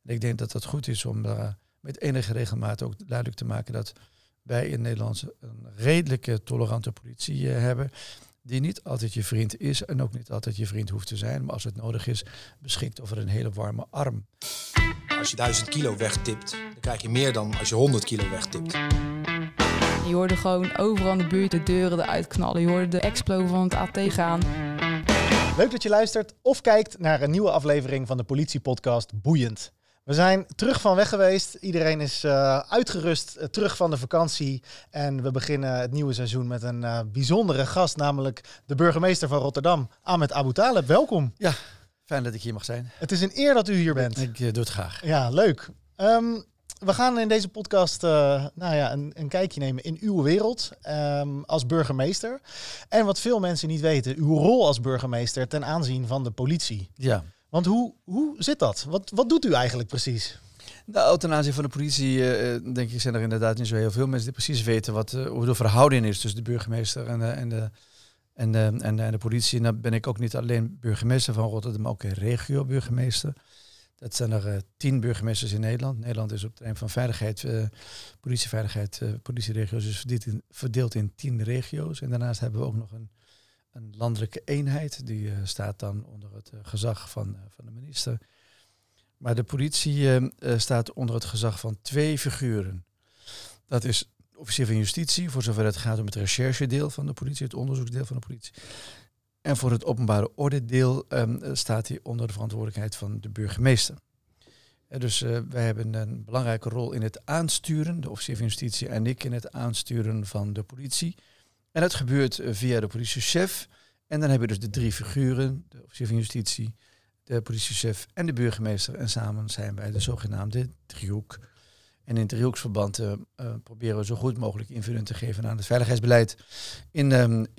En ik denk dat het goed is om met enige regelmaat ook duidelijk te maken dat wij in Nederland een redelijke tolerante politie hebben, die niet altijd je vriend is en ook niet altijd je vriend hoeft te zijn, maar als het nodig is, beschikt over een hele warme arm. Als je 1000 kilo wegtipt, dan krijg je meer dan als je 100 kilo wegtipt. Je hoorde gewoon overal in de buurt de deuren eruit knallen. Je hoorde de explo van het AT gaan. Leuk dat je luistert of kijkt naar een nieuwe aflevering van de politiepodcast Boeiend. We zijn terug van weg geweest. Iedereen is uitgerust, terug van de vakantie. En we beginnen het nieuwe seizoen met een bijzondere gast, namelijk de burgemeester van Rotterdam, Ahmed Abu Taleb. Welkom. Ja, fijn dat ik hier mag zijn. Het is een eer dat u hier bent. Ik doe het graag. Ja, leuk. We gaan in deze podcast een kijkje nemen in uw wereld als burgemeester. En wat veel mensen niet weten, uw rol als burgemeester ten aanzien van de politie. Ja. Want hoe zit dat? Wat doet u eigenlijk precies? Nou, ten aanzien van de politie, denk ik, zijn er inderdaad niet zo heel veel mensen die precies weten hoe de verhouding is tussen de burgemeester en de politie. En dan ben ik ook niet alleen burgemeester van Rotterdam, maar ook een regio-burgemeester. Dat zijn er 10 burgemeesters in Nederland. Nederland is op het terrein van veiligheid, politieveiligheid, politieregio's is verdeeld in 10 regio's. En daarnaast hebben we ook nog een landelijke eenheid. Die staat dan onder het gezag van de minister. Maar de politie staat onder het gezag van 2 figuren. Dat is officier van justitie, voor zover het gaat om het recherchedeel van de politie, het onderzoeksdeel van de politie. En voor het openbare ordedeel staat hij onder de verantwoordelijkheid van de burgemeester. Dus wij hebben een belangrijke rol in het aansturen, de officier van justitie en ik in het aansturen van de politie. En dat gebeurt via de politiechef. En dan hebben we dus de 3 figuren, de officier van justitie, de politiechef en de burgemeester. En samen zijn wij de zogenaamde driehoek. En in het driehoeksverband proberen we zo goed mogelijk invulling te geven aan het veiligheidsbeleid in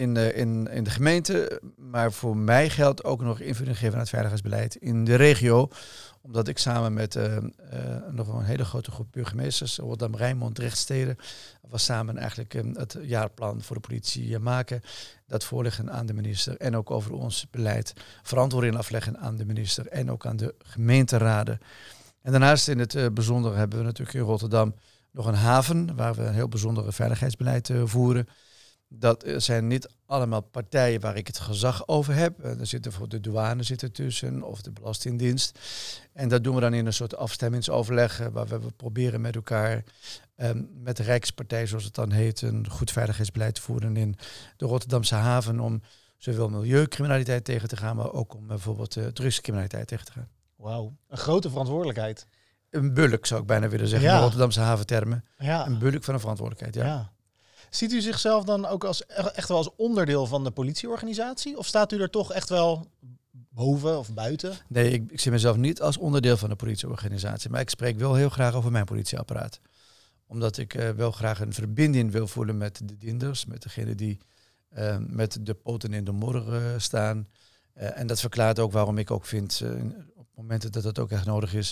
de gemeente. Maar voor mij geldt ook nog invulling geven aan het veiligheidsbeleid in de regio. Omdat ik samen met nog een hele grote groep burgemeesters, Rotterdam, Rijnmond, Rechtssteden, we samen eigenlijk het jaarplan voor de politie maken. Dat voorleggen aan de minister en ook over ons beleid verantwoording afleggen aan de minister en ook aan de gemeenteraden. En daarnaast in het bijzonder hebben we natuurlijk in Rotterdam nog een haven waar we een heel bijzonder veiligheidsbeleid voeren. Dat zijn niet allemaal partijen waar ik het gezag over heb. Er zitten voor de douane tussen of de Belastingdienst. En dat doen we dan in een soort afstemmingsoverleg waar we proberen met elkaar, met de Rijkspartij zoals het dan heet, een goed veiligheidsbeleid te voeren in de Rotterdamse haven om zowel milieucriminaliteit tegen te gaan, maar ook om bijvoorbeeld drugscriminaliteit tegen te gaan. Wauw, een grote verantwoordelijkheid. Een bulk zou ik bijna willen zeggen, in Rotterdamse haventermen. Ja. Een bulk van een verantwoordelijkheid, ja. Ziet u zichzelf dan ook echt wel als onderdeel van de politieorganisatie? Of staat u er toch echt wel boven of buiten? Nee, ik zie mezelf niet als onderdeel van de politieorganisatie. Maar ik spreek wel heel graag over mijn politieapparaat. Omdat ik wel graag een verbinding wil voelen met de dienders. Met degene die met de poten in de modder staan. En dat verklaart ook waarom ik ook vind, op momenten dat het ook echt nodig is,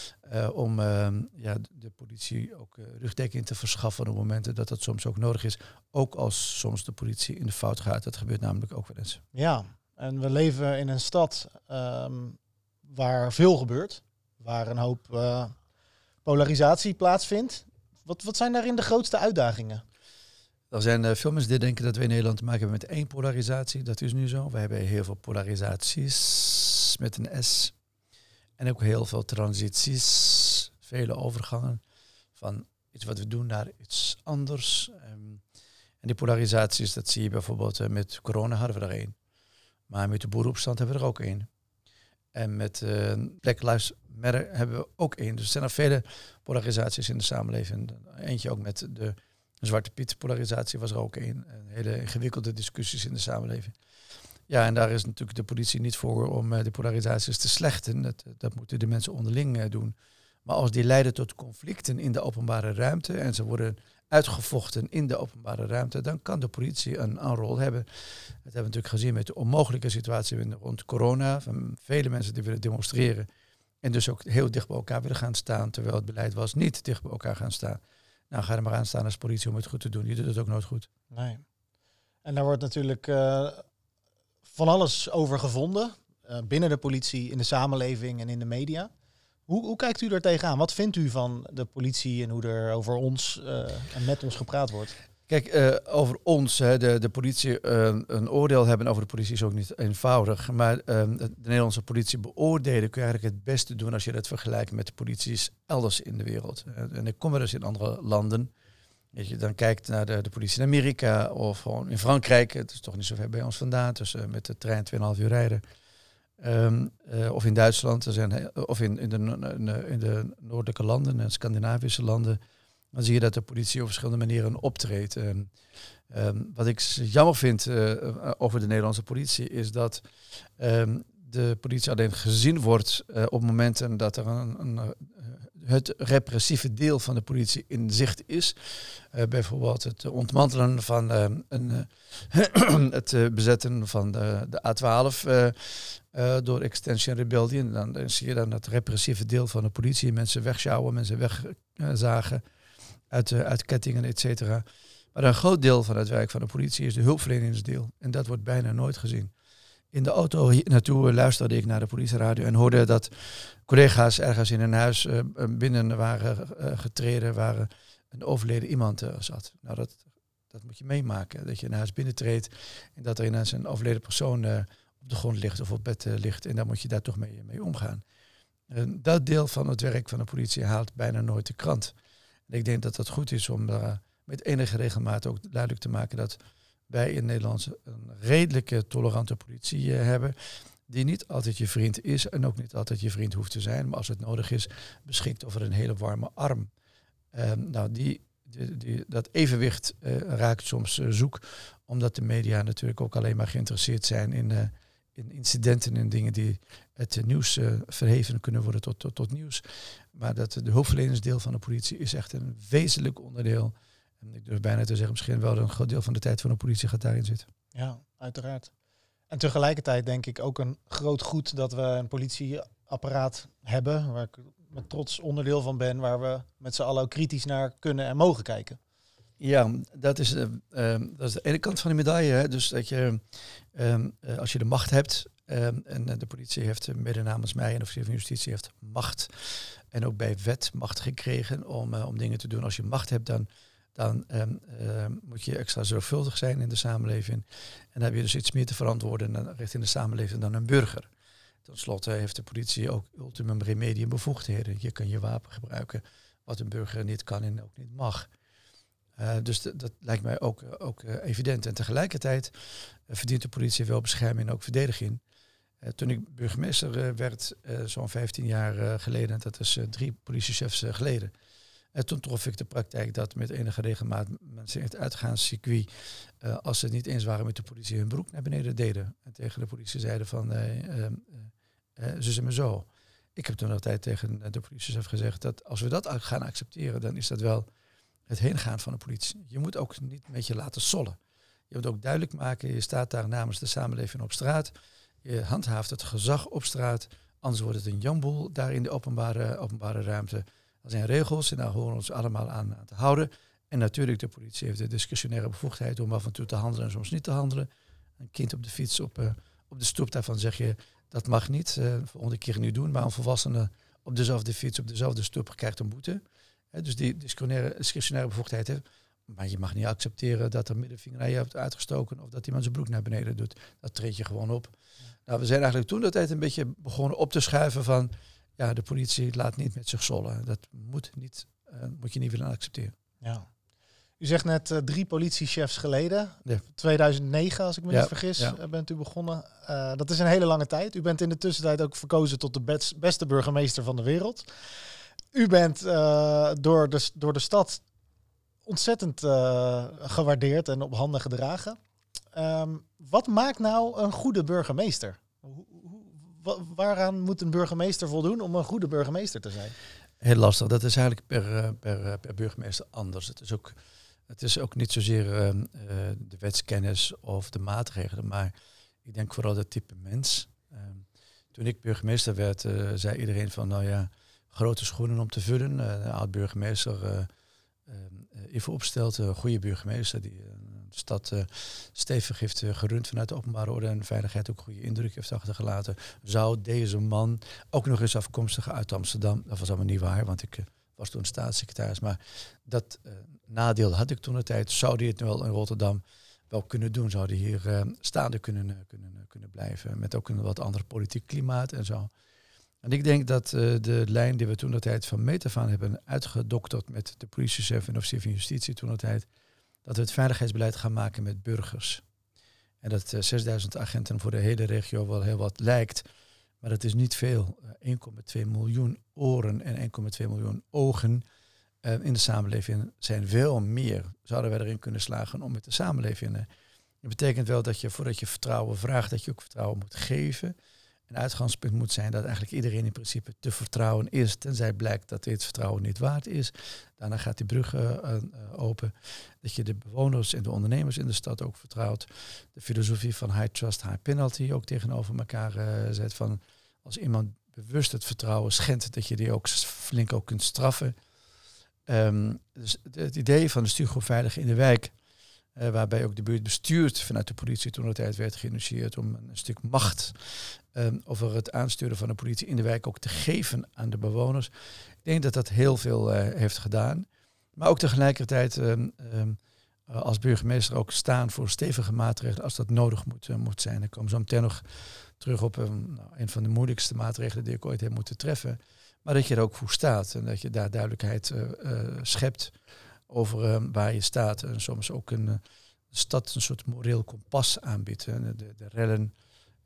om de politie ook rugdekking te verschaffen op momenten dat dat soms ook nodig is. Ook als soms de politie in de fout gaat. Dat gebeurt namelijk ook wel eens. Ja, en we leven in een stad waar veel gebeurt. Waar een hoop polarisatie plaatsvindt. Wat zijn daarin de grootste uitdagingen? Er zijn veel mensen die denken dat we in Nederland te maken hebben met 1 polarisatie. Dat is nu zo. We hebben heel veel polarisaties met een S. En ook heel veel transities. Vele overgangen van iets wat we doen naar iets anders. En die polarisaties, dat zie je bijvoorbeeld met corona hadden we er 1. Maar met de boerenopstand hebben we er ook 1. En met Black Lives Matter hebben we ook 1. Dus er zijn er vele polarisaties in de samenleving. Eentje ook met de Zwarte Piet polarisatie was er ook 1. Hele ingewikkelde discussies in de samenleving. Ja, en daar is natuurlijk de politie niet voor om de polarisaties te slechten. Dat moeten de mensen onderling doen. Maar als die leiden tot conflicten in de openbare ruimte en ze worden uitgevochten in de openbare ruimte, dan kan de politie een rol hebben. Dat hebben we natuurlijk gezien met de onmogelijke situatie rond corona. Van vele mensen die willen demonstreren en dus ook heel dicht bij elkaar willen gaan staan, terwijl het beleid was niet dicht bij elkaar gaan staan. Nou, ga er maar aan staan als politie om het goed te doen. Je doet het ook nooit goed. Nee. En daar wordt natuurlijk van alles over gevonden. Binnen de politie, in de samenleving en in de media. Hoe kijkt u er tegenaan? Wat vindt u van de politie en hoe er over ons en met ons gepraat wordt? Kijk, over ons, de politie, een oordeel hebben over de politie is ook niet eenvoudig. Maar de Nederlandse politie beoordelen kun je eigenlijk het beste doen als je dat vergelijkt met de polities elders in de wereld. En ik kom wel eens in andere landen. Als je dan kijkt naar de politie in Amerika of gewoon in Frankrijk. Het is toch niet zo ver bij ons vandaan, dus met de trein 2,5 uur rijden. Of in Duitsland, of in de noordelijke landen en Scandinavische landen. Dan zie je dat de politie op verschillende manieren optreedt. Wat ik jammer vind over de Nederlandse politie is dat de politie alleen gezien wordt op momenten dat er het repressieve deel van de politie in zicht is. Bijvoorbeeld het ontmantelen van het bezetten van de A12 door Extinction Rebellion. Dan zie je dan het repressieve deel van de politie. Mensen wegsjouwen, mensen wegzagen uit kettingen, et cetera. Maar een groot deel van het werk van de politie is de hulpverleningsdeel. En dat wordt bijna nooit gezien. In de auto hier naartoe luisterde ik naar de politieradio en hoorde dat collega's ergens in een huis binnen waren getreden waar een overleden iemand zat. Nou, dat moet je meemaken. Dat je een huis binnentreedt en dat er ineens een overleden persoon op de grond ligt of op bed ligt. En dan moet je daar toch mee omgaan. Dat deel van het werk van de politie haalt bijna nooit de krant. En ik denk dat het goed is om met enige regelmaat ook duidelijk te maken dat wij in Nederland een redelijke tolerante politie hebben, die niet altijd je vriend is en ook niet altijd je vriend hoeft te zijn, maar als het nodig is, beschikt over een hele warme arm. Dat evenwicht raakt soms zoek, omdat de media natuurlijk ook alleen maar geïnteresseerd zijn in incidenten en dingen die het nieuws verheven kunnen worden tot nieuws. Maar dat de hulpverleningsdeel van de politie is echt een wezenlijk onderdeel. En ik durf bijna te zeggen, misschien wel een groot deel van de tijd van de politie gaat daarin zitten. Ja, uiteraard. En tegelijkertijd denk ik ook een groot goed dat we een politieapparaat hebben, waar ik met trots onderdeel van ben, waar we met z'n allen ook kritisch naar kunnen en mogen kijken. Ja, dat is de ene kant van de medaille. Hè? Dus dat je, als je de macht hebt, en de politie heeft mede namens mij en de officier van justitie heeft macht en ook bij wet macht gekregen om dingen te doen. Als je macht hebt, dan moet je extra zorgvuldig zijn in de samenleving. En dan heb je dus iets meer te verantwoorden richting de samenleving dan een burger. Ten slotte heeft de politie ook ultimum remedium bevoegdheden. Je kan je wapen gebruiken, wat een burger niet kan en ook niet mag. Dus dat lijkt mij ook evident. En tegelijkertijd verdient de politie wel bescherming en ook verdediging. Toen ik burgemeester werd, zo'n 15 jaar geleden, dat is 3 politiechefs geleden. Toen trof ik de praktijk dat met enige regelmaat mensen in het uitgaanscircuit, als ze het niet eens waren met de politie, hun broek naar beneden deden. En tegen de politie zeiden van, zo zijn we zo. Ik heb toen altijd tegen de politiechef gezegd dat als we dat gaan accepteren, dan is dat wel het heengaan van de politie. Je moet ook niet met je laten sollen. Je moet ook duidelijk maken, je staat daar namens de samenleving op straat. Je handhaaft het gezag op straat. Anders wordt het een jamboel daar in de openbare ruimte. Er zijn regels en daar horen we ons allemaal aan te houden. En natuurlijk, de politie heeft de discretionaire bevoegdheid om af en toe te handelen en soms niet te handelen. Een kind op de fiets op de stoep, daarvan zeg je, dat mag niet. Volgende keer niet doen, maar een volwassene op dezelfde fiets, op dezelfde stoep krijgt een boete. Dus die discretionaire bevoegdheid heeft. Maar je mag niet accepteren dat er middenvinger naar je hebt uitgestoken of dat iemand zijn broek naar beneden doet. Dat treed je gewoon op. Nou, we zijn eigenlijk toen de tijd een beetje begonnen op te schuiven van, ja, de politie laat niet met zich sollen. Dat moet je niet willen accepteren. Ja. U zegt net 3 politiechefs geleden. Ja. 2009, als ik me niet vergis, bent u begonnen. Dat is een hele lange tijd. U bent in de tussentijd ook verkozen tot de beste burgemeester van de wereld. U bent door de stad ontzettend gewaardeerd en op handen gedragen. Wat maakt nou een goede burgemeester? Waaraan moet een burgemeester voldoen om een goede burgemeester te zijn? Heel lastig. Dat is eigenlijk per burgemeester anders. Het is ook niet zozeer de wetskennis of de maatregelen, maar ik denk vooral het type mens. Toen ik burgemeester werd, zei iedereen van, nou ja, grote schoenen om te vullen. De oud-burgemeester Ivo Opstelten, een goede burgemeester die de stad stevig heeft gerund vanuit de openbare orde en veiligheid, ook goede indruk heeft achtergelaten. Zou deze man, ook nog eens afkomstig uit Amsterdam, dat was allemaal niet waar, want ik was toen staatssecretaris, maar dat nadeel had ik toen de tijd. Zou die het nu wel in Rotterdam wel kunnen doen? Zou die hier staande kunnen blijven? Met ook een wat ander politiek klimaat en zo. En ik denk dat de lijn die we toen de tijd van meet af aan hebben uitgedokterd met de politiechef en officier van justitie toen de tijd, dat we het veiligheidsbeleid gaan maken met burgers. En dat 6000 agenten voor de hele regio wel heel wat lijkt, maar dat is niet veel. 1,2 miljoen oren en 1,2 miljoen ogen in de samenleving zijn veel meer. Zouden wij erin kunnen slagen om met de samenleving. Dat betekent wel dat je voordat je vertrouwen vraagt, dat je ook vertrouwen moet geven. Een uitgangspunt moet zijn dat eigenlijk iedereen in principe te vertrouwen is, tenzij blijkt dat dit vertrouwen niet waard is. Daarna gaat die brug open. Dat je de bewoners en de ondernemers in de stad ook vertrouwt. De filosofie van high trust, high penalty ook tegenover elkaar zet. Van als iemand bewust het vertrouwen schendt, dat je die ook flink ook kunt straffen. Dus het idee van de stuurgroep Veilig in de Wijk, waarbij ook de buurt bestuurd vanuit de politie toen de tijd werd geïnitieerd om een stuk macht over het aansturen van de politie in de wijk ook te geven aan de bewoners. Ik denk dat dat heel veel heeft gedaan. Maar ook tegelijkertijd als burgemeester ook staan voor stevige maatregelen als dat nodig moet zijn. Ik kom zo meteen nog terug op een van de moeilijkste maatregelen die ik ooit heb moeten treffen. Maar dat je er ook voor staat en dat je daar duidelijkheid schept over waar je staat. En soms ook een stad een soort moreel kompas aanbiedt. De rellen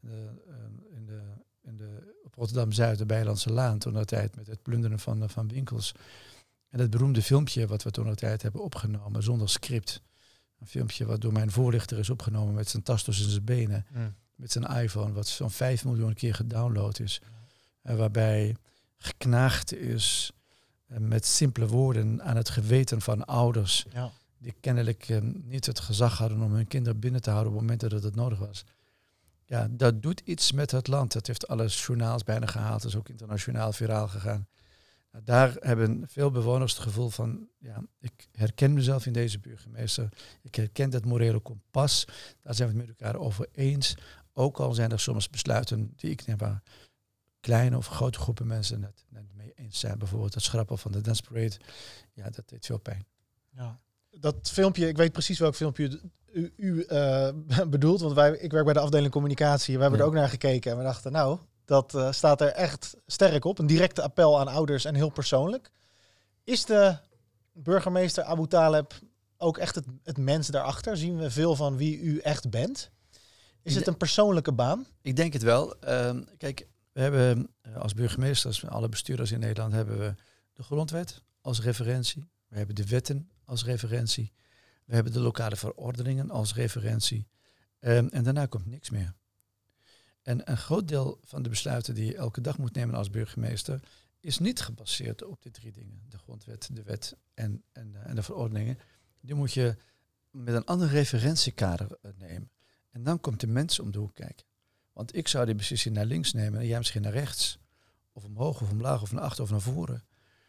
op Rotterdam-Zuid, de Bijlandse Laan, toen de tijd met het plunderen van winkels. En het beroemde filmpje wat we toen de tijd hebben opgenomen, zonder script. Een filmpje wat door mijn voorlichter is opgenomen met zijn tas tussen zijn benen. Met zijn iPhone, wat zo'n 5 miljoen keer gedownload is. Waarbij geknaagd is met simpele woorden aan het geweten van ouders. Ja. Die kennelijk niet het gezag hadden om hun kinderen binnen te houden op het moment dat het nodig was. Ja, dat doet iets met het land. Dat heeft alle journaals bijna gehaald. Dat is ook internationaal viraal gegaan. Nou, daar hebben veel bewoners het gevoel van, ja, ik herken mezelf in deze burgemeester. Ik herken dat morele kompas. Daar zijn we het met elkaar over eens. Ook al zijn er soms besluiten die ik neem waar kleine of grote groepen mensen net mee eens zijn. Bijvoorbeeld het schrappen van de Dance Parade. Ja, dat deed veel pijn. Ja. Dat filmpje, ik weet precies welk filmpje u bedoelt. Want ik werk bij de afdeling communicatie. We hebben er ook naar gekeken. En we dachten, nou, dat staat er echt sterk op. Een directe appel aan ouders en heel persoonlijk. Is de burgemeester Abu Taleb ook echt het mens daarachter? Zien we veel van wie u echt bent? Is het een persoonlijke baan? Ik denk het wel. Kijk, we hebben als burgemeesters, alle bestuurders in Nederland, hebben we de grondwet als referentie. We hebben de wetten als referentie. We hebben de lokale verordeningen als referentie. En daarna komt niks meer. En een groot deel van de besluiten die je elke dag moet nemen als burgemeester is niet gebaseerd op die 3 dingen. De grondwet, de wet en de verordeningen. Die moet je met een ander referentiekader nemen. En dan komt de mens om de hoek kijken. Want ik zou die beslissing naar links nemen en jij misschien naar rechts. Of omhoog of omlaag of naar achter of naar voren.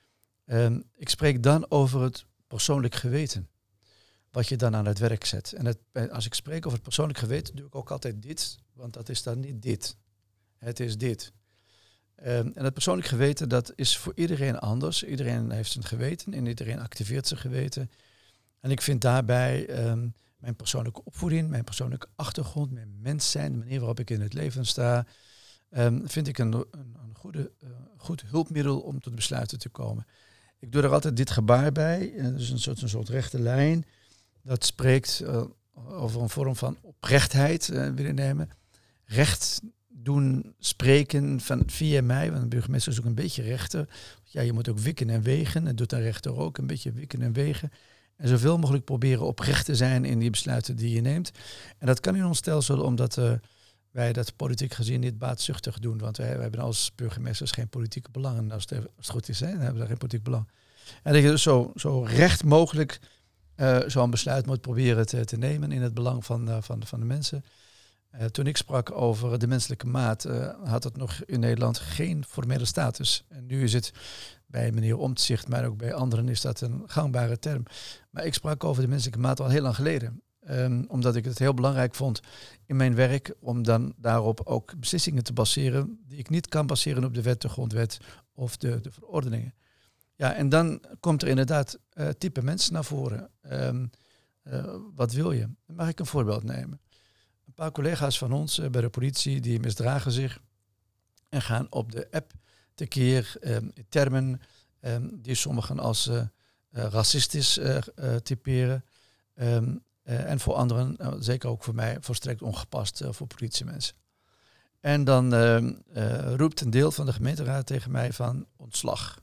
Ik spreek dan over het persoonlijk geweten. Wat je dan aan het werk zet. En als ik spreek over het persoonlijk geweten, doe ik ook altijd dit. Want dat is dan niet dit. Het is dit. En het persoonlijk geweten, dat is voor iedereen anders. Iedereen heeft zijn geweten en iedereen activeert zijn geweten. En ik vind daarbij mijn persoonlijke opvoeding, mijn persoonlijke achtergrond, mijn mens zijn, de manier waarop ik in het leven sta, vind ik een goed hulpmiddel om tot besluiten te komen. Ik doe er altijd dit gebaar bij, dus een soort rechte lijn. Dat spreekt over een vorm van oprechtheid willen nemen. Recht doen, spreken via mij, want een burgemeester is ook een beetje rechter. Ja, je moet ook wikken en wegen. En doet een rechter ook een beetje wikken en wegen. En zoveel mogelijk proberen oprecht te zijn in die besluiten die je neemt. En dat kan in ons stelsel omdat wij dat politiek gezien niet baatzuchtig doen. Want wij hebben als burgemeesters geen politieke belangen. Als het goed is, dan hebben we daar geen politiek belang. En dat je dus zo recht mogelijk zo'n besluit moet proberen te nemen in het belang van de mensen. Toen ik sprak over de menselijke maat, had het nog in Nederland geen formele status. En nu is het bij meneer Omtzigt, maar ook bij anderen is dat een gangbare term. Maar ik sprak over de menselijke maat al heel lang geleden. Omdat ik het heel belangrijk vond in mijn werk om dan daarop ook beslissingen te baseren die ik niet kan baseren op de wet, de grondwet of de verordeningen. Ja, en dan komt er inderdaad type mensen naar voren. Wat wil je? Dan mag ik een voorbeeld nemen. Een paar collega's van ons bij de politie die misdragen zich en gaan op de app tekeer termen die sommigen als racistisch typeren. En voor anderen, zeker ook voor mij, volstrekt ongepast voor politiemensen. En dan roept een deel van de gemeenteraad tegen mij van ontslag.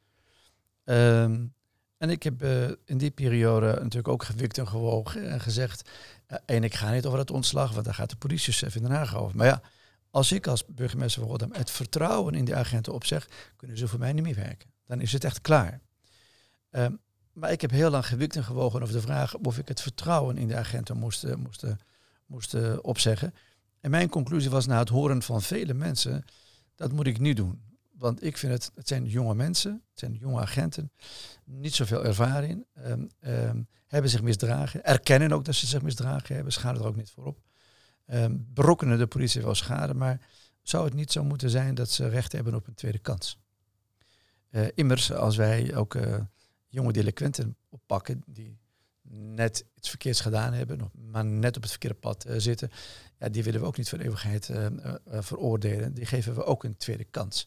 En ik heb in die periode natuurlijk ook gewikt en gewogen en gezegd, en ik ga niet over het ontslag, want daar gaat de politiechef in Den Haag over. Maar ja, als ik als burgemeester van Rotterdam het vertrouwen in die agenten opzeg, kunnen ze voor mij niet meer werken. Dan is het echt klaar. Maar ik heb heel lang gewikt en gewogen over de vraag of ik het vertrouwen in de agenten moest opzeggen. En mijn conclusie was na het horen van vele mensen, dat moet ik niet doen. Want ik vind het zijn jonge mensen, het zijn jonge agenten, niet zoveel ervaring, hebben zich misdragen, erkennen ook dat ze zich misdragen hebben, schaden er ook niet voor op. Berokkenen de politie wel schade, maar zou het niet zo moeten zijn dat ze recht hebben op een tweede kans? Immers, als wij ook jonge delinquenten oppakken die net iets verkeerds gedaan hebben, maar net op het verkeerde pad zitten, ja, die willen we ook niet voor de eeuwigheid veroordelen. Die geven we ook een tweede kans.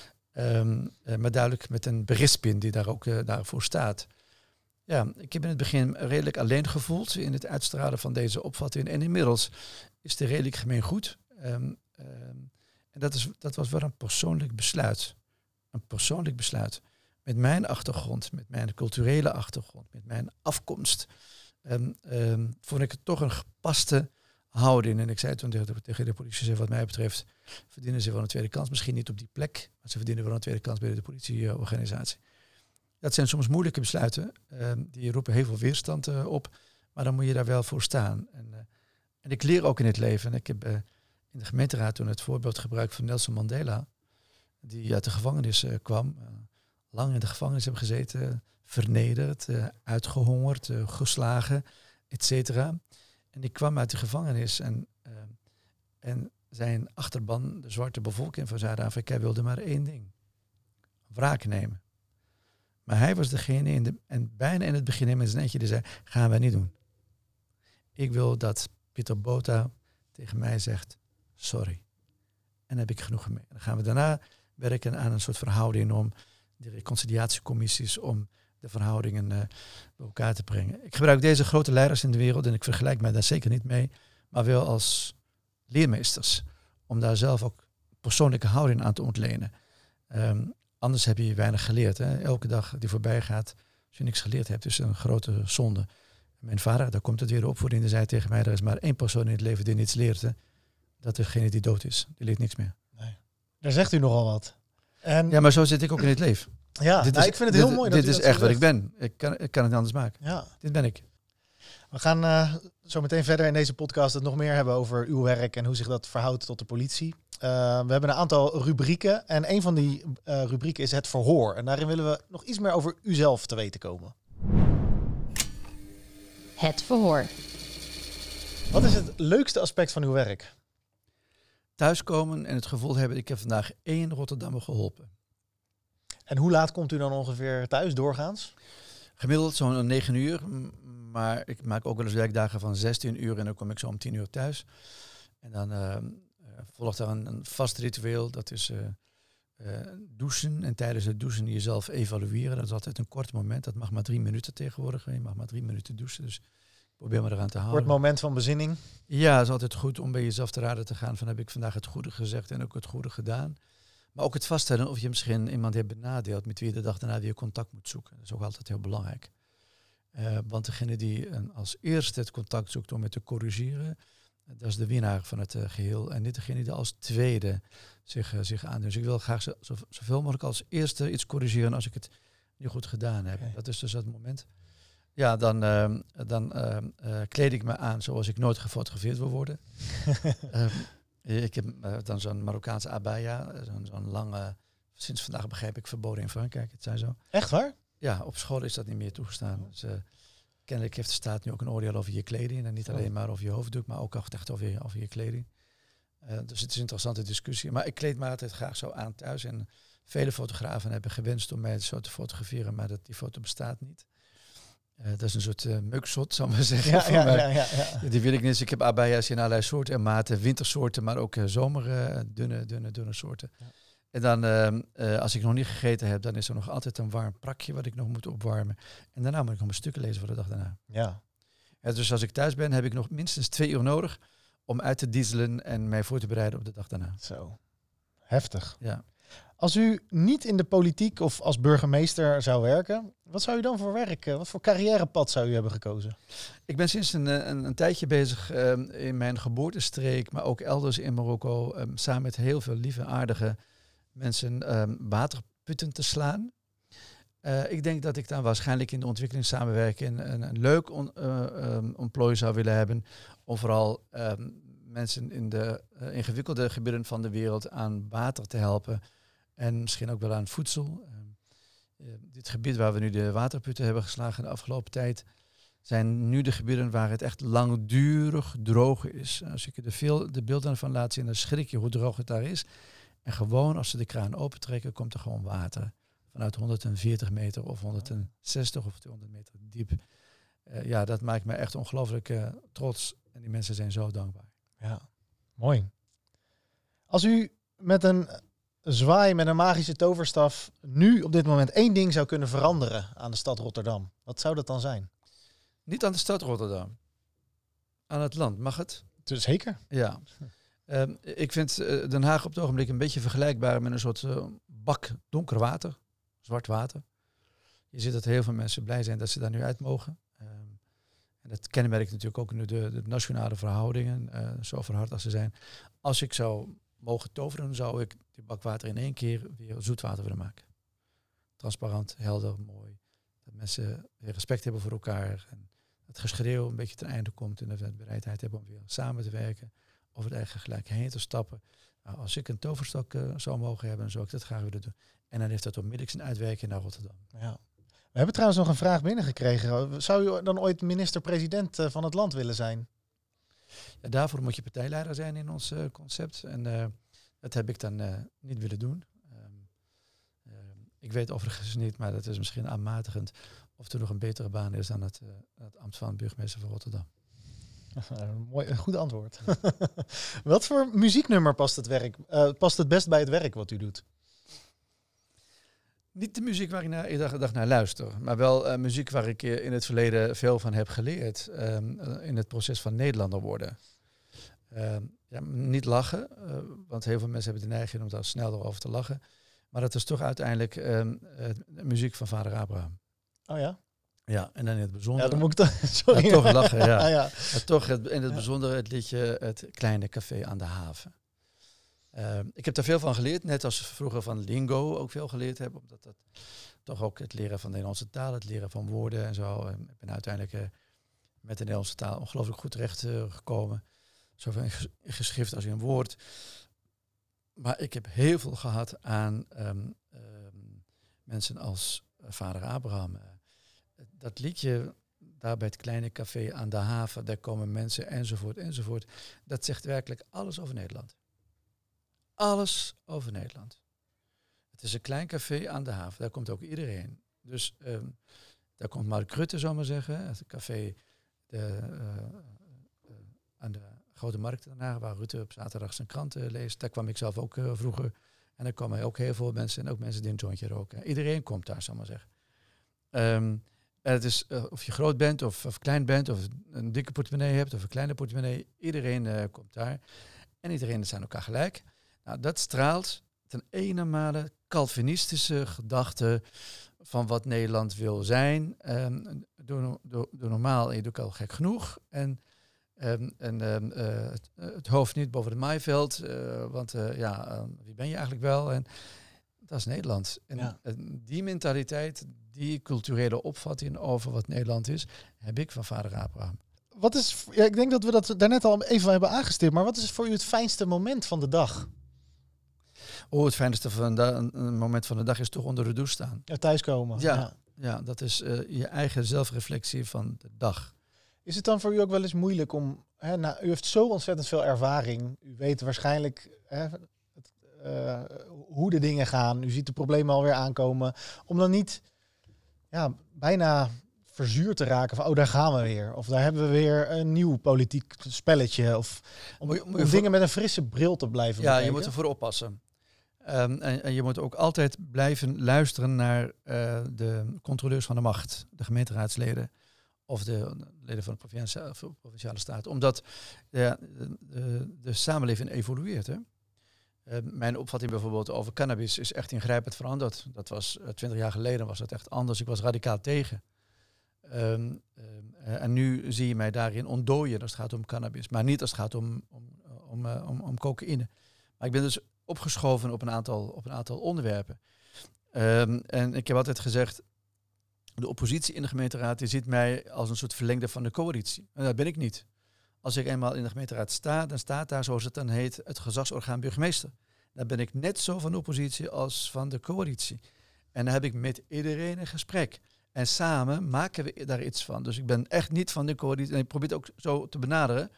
Maar duidelijk met een berisping die daar ook daarvoor staat. Ja, ik heb in het begin redelijk alleen gevoeld in het uitstralen van deze opvatting. En inmiddels is het redelijk gemeengoed. En dat was wel een persoonlijk besluit. Een persoonlijk besluit. Met mijn achtergrond, met mijn culturele achtergrond, met mijn afkomst, vond ik het toch een gepaste houding. En ik zei toen tegen de politiechef, wat mij betreft, verdienen ze wel een tweede kans. Misschien niet op die plek, maar ze verdienen wel een tweede kans bij de politieorganisatie. Dat zijn soms moeilijke besluiten. Die roepen heel veel weerstand op. Maar dan moet je daar wel voor staan. En ik leer ook in het leven. En ik heb in de gemeenteraad toen het voorbeeld gebruikt van Nelson Mandela. Die uit de gevangenis kwam. Lang in de gevangenis hebben gezeten. Vernederd, uitgehongerd, geslagen, et cetera. En die kwam uit de gevangenis. En zijn achterban, de zwarte bevolking van Zuid-Afrika, wilde maar één ding. Wraak nemen. Maar hij was degene en bijna in het begin met zijn eentje die zei, gaan wij niet doen. Ik wil dat Pieter Botha tegen mij zegt, sorry. En dan heb ik genoeg mee. Dan gaan we daarna werken aan een soort verhouding om de reconciliatiecommissies, om de verhoudingen bij elkaar te brengen. Ik gebruik deze grote leiders in de wereld en ik vergelijk mij daar zeker niet mee, maar wel als leermeesters. Om daar zelf ook persoonlijke houding aan te ontlenen. Anders heb je weinig geleerd. Hè? Elke dag die voorbij gaat, als je niks geleerd hebt, is een grote zonde. Mijn vader, daar komt het weer op voor, die zei tegen mij, er is maar één persoon in het leven die niets leert. Hè? Dat is degene die dood is. Die leert niks meer. Nee. Daar zegt u nogal wat. En ja, maar zo zit ik ook in het leven. Ja, ik vind het heel mooi. Dit is echt wat ik ben. Ik kan het niet anders maken. Ja. Dit ben ik. We gaan zo meteen verder in deze podcast het nog meer hebben over uw werk en hoe zich dat verhoudt tot de politie. We hebben een aantal rubrieken en een van die rubrieken is het verhoor. En daarin willen we nog iets meer over uzelf te weten komen. Het verhoor. Wat is het leukste aspect van uw werk? Thuiskomen en het gevoel hebben, ik heb vandaag 1 Rotterdammer geholpen. En hoe laat komt u dan ongeveer thuis doorgaans? Gemiddeld zo'n 9 uur. Maar ik maak ook wel eens werkdagen van 16 uur en dan kom ik zo om 10 uur thuis. En dan volgt daar een vast ritueel. Dat is douchen. En tijdens het douchen jezelf evalueren. Dat is altijd een kort moment. Dat mag maar 3 minuten tegenwoordig. Je mag maar 3 minuten douchen. Dus probeer me eraan te houden. Kort moment van bezinning. Ja, het is altijd goed om bij jezelf te raden te gaan. Van heb ik vandaag het goede gezegd en ook het goede gedaan. Maar ook het vaststellen of je misschien iemand hebt benadeeld met wie je de dag daarna weer contact moet zoeken. Dat is ook altijd heel belangrijk. Want degene die als eerste het contact zoekt om het te corrigeren, dat is de winnaar van het geheel. En niet degene die als tweede zich aandoet. Dus ik wil graag zoveel mogelijk als eerste iets corrigeren als ik het niet goed gedaan heb. Okay. Dat is dus dat moment. Ja, dan kleed ik me aan zoals ik nooit gefotografeerd wil worden. Ik heb dan zo'n Marokkaanse abaya, zo'n lange, sinds vandaag begrijp ik, verboden in Frankrijk. Het zijn zo. Echt waar? Ja, op school is dat niet meer toegestaan. Dus, kennelijk heeft de staat nu ook een oordeel over je kleding. En niet alleen maar over je hoofddoek, maar ook echt over je kleding. Dus het is een interessante discussie. Maar ik kleed me altijd graag zo aan thuis. En vele fotografen hebben gewenst om mij zo te fotograferen, maar die foto bestaat niet. Dat is een soort mugshot, zal ik maar zeggen. Ja. Die wil ik niet. Dus ik heb abaya's in allerlei soorten en maten. Wintersoorten, maar ook dunne soorten. Ja. En dan, als ik nog niet gegeten heb, dan is er nog altijd een warm prakje wat ik nog moet opwarmen. En daarna moet ik nog mijn stukken lezen voor de dag daarna. Ja. Dus als ik thuis ben, heb ik nog minstens 2 uur nodig om uit te dieselen en mij voor te bereiden op de dag daarna. Zo. Heftig. Ja. Als u niet in de politiek of als burgemeester zou werken, wat zou u dan voor werk, wat voor carrièrepad zou u hebben gekozen? Ik ben sinds een tijdje bezig in mijn geboortestreek, maar ook elders in Marokko, samen met heel veel lieve, aardige mensen waterputten te slaan. Ik denk dat ik dan waarschijnlijk in de ontwikkelingssamenwerking een leuk ontplooi zou willen hebben, om vooral mensen in de ingewikkelde gebieden van de wereld aan water te helpen. En misschien ook wel aan voedsel. Dit gebied waar we nu de waterputten hebben geslagen de afgelopen tijd, zijn nu de gebieden waar het echt langdurig droog is. Als ik de beelden van laat zien, dan schrik je hoe droog het daar is. En gewoon als ze de kraan opentrekken, komt er gewoon water. Vanuit 140 meter of 160 of 200 meter diep. Ja, dat maakt me echt ongelooflijk trots. En die mensen zijn zo dankbaar. Ja, mooi. Als u met een zwaai, met een magische toverstaf, nu op dit moment 1 ding zou kunnen veranderen aan de stad Rotterdam, wat zou dat dan zijn? Niet aan de stad Rotterdam. Aan het land. Mag het? Dus zeker. Ja. Ik vind Den Haag op het ogenblik een beetje vergelijkbaar met een soort bak donker water. Zwart water. Je ziet dat heel veel mensen blij zijn dat ze daar nu uit mogen. En dat kenmerkt natuurlijk ook nu de nationale verhoudingen, zo verhard als ze zijn. Als ik zou mogen toveren, zou ik die bak water in 1 keer weer zoetwater willen maken. Transparant, helder, mooi. Dat mensen weer respect hebben voor elkaar. En het geschreeuw een beetje ten einde komt. En dat we de bereidheid hebben om weer samen te werken. Over het eigen gelijk heen te stappen. Nou, als ik een toverstok zou mogen hebben, dan zou ik dat graag willen doen. En dan heeft dat onmiddellijk zijn uitwerking naar Rotterdam. Ja. We hebben trouwens nog een vraag binnengekregen. Zou u dan ooit minister-president van het land willen zijn? Ja, daarvoor moet je partijleider zijn in ons concept. En dat heb ik dan niet willen doen. Ik weet overigens niet, maar dat is misschien aanmatigend, of er nog een betere baan is dan het ambt van burgemeester van Rotterdam. Mooi, een goed antwoord. Wat voor muzieknummer past het best bij het werk wat u doet? Niet de muziek waar ik iedere dag naar luister, maar wel muziek waar ik in het verleden veel van heb geleerd in het proces van Nederlander worden. Niet lachen, want heel veel mensen hebben de neiging om daar snel over te lachen. Maar dat is toch uiteindelijk muziek van vader Abraham. Oh ja? Ja, en dan in het bijzonder. Ja, dan moet ik sorry. Ja, toch lachen, ja. Ja. Maar toch in het bijzonder het liedje Het Kleine Café aan de Haven. Ik heb daar veel van geleerd, net als vroeger van lingo ook veel geleerd heb. Omdat dat toch ook het leren van de Nederlandse taal, het leren van woorden en zo. Ik ben uiteindelijk met de Nederlandse taal ongelooflijk goed terecht gekomen. Zowel in geschrift als in woord. Maar ik heb heel veel gehad aan mensen als vader Abraham. Dat liedje daar bij het kleine café aan de haven, daar komen mensen enzovoort. Dat zegt werkelijk alles over Nederland. Alles over Nederland. Het is een klein café aan de haven, daar komt ook iedereen. Dus daar komt Mark Rutte, zou ik maar zeggen. Het café aan de Grote Markt daarna, waar Rutte op zaterdag zijn kranten leest. Daar kwam ik zelf ook vroeger. En daar kwamen ook heel veel mensen en ook mensen die een jointje roken. Iedereen komt daar, zal ik maar zeggen. Het is of je groot bent of klein bent, of een dikke portemonnee hebt of een kleine portemonnee. Iedereen komt daar. En iedereen zijn elkaar gelijk. Nou, dat straalt ten ene male Calvinistische gedachte van wat Nederland wil zijn. Doe normaal en je doet al gek genoeg. Het hoofd niet boven het maaiveld. Want wie ben je eigenlijk wel? En dat is Nederland. En die mentaliteit, die culturele opvatting over wat Nederland is, heb ik van vader Abraham. Ik denk dat we dat daarnet al even hebben aangestipt, maar wat is voor u het fijnste moment van de dag? Het fijnste moment van de dag is toch onder de douche staan. Ja, thuiskomen. Ja, dat is je eigen zelfreflectie van de dag. Is het dan voor u ook wel eens moeilijk om... u heeft zo ontzettend veel ervaring. U weet waarschijnlijk hoe de dingen gaan. U ziet de problemen alweer aankomen. Om dan niet bijna verzuurd te raken van... daar gaan we weer. Of daar hebben we weer een nieuw politiek spelletje. Of om dingen met een frisse bril te blijven bekijken. Je moet ervoor oppassen. En je moet ook altijd blijven luisteren naar de controleurs van de macht. De gemeenteraadsleden. Of de leden van de provinciale staat. Omdat de samenleving evolueert. Hè? Mijn opvatting bijvoorbeeld over cannabis is echt ingrijpend veranderd. Dat was 20 jaar geleden was dat echt anders. Ik was radicaal tegen. En nu zie je mij daarin ontdooien als het gaat om cannabis. Maar niet als het gaat om cocaïne. Maar ik ben dus opgeschoven op een aantal onderwerpen. En ik heb altijd gezegd... De oppositie in de gemeenteraad die ziet mij als een soort verlengde van de coalitie. En dat ben ik niet. Als ik eenmaal in de gemeenteraad sta, dan staat daar, zoals het dan heet, het gezagsorgaan burgemeester. Dan ben ik net zo van de oppositie als van de coalitie. En dan heb ik met iedereen een gesprek. En samen maken we daar iets van. Dus ik ben echt niet van de coalitie. En ik probeer het ook zo te benaderen.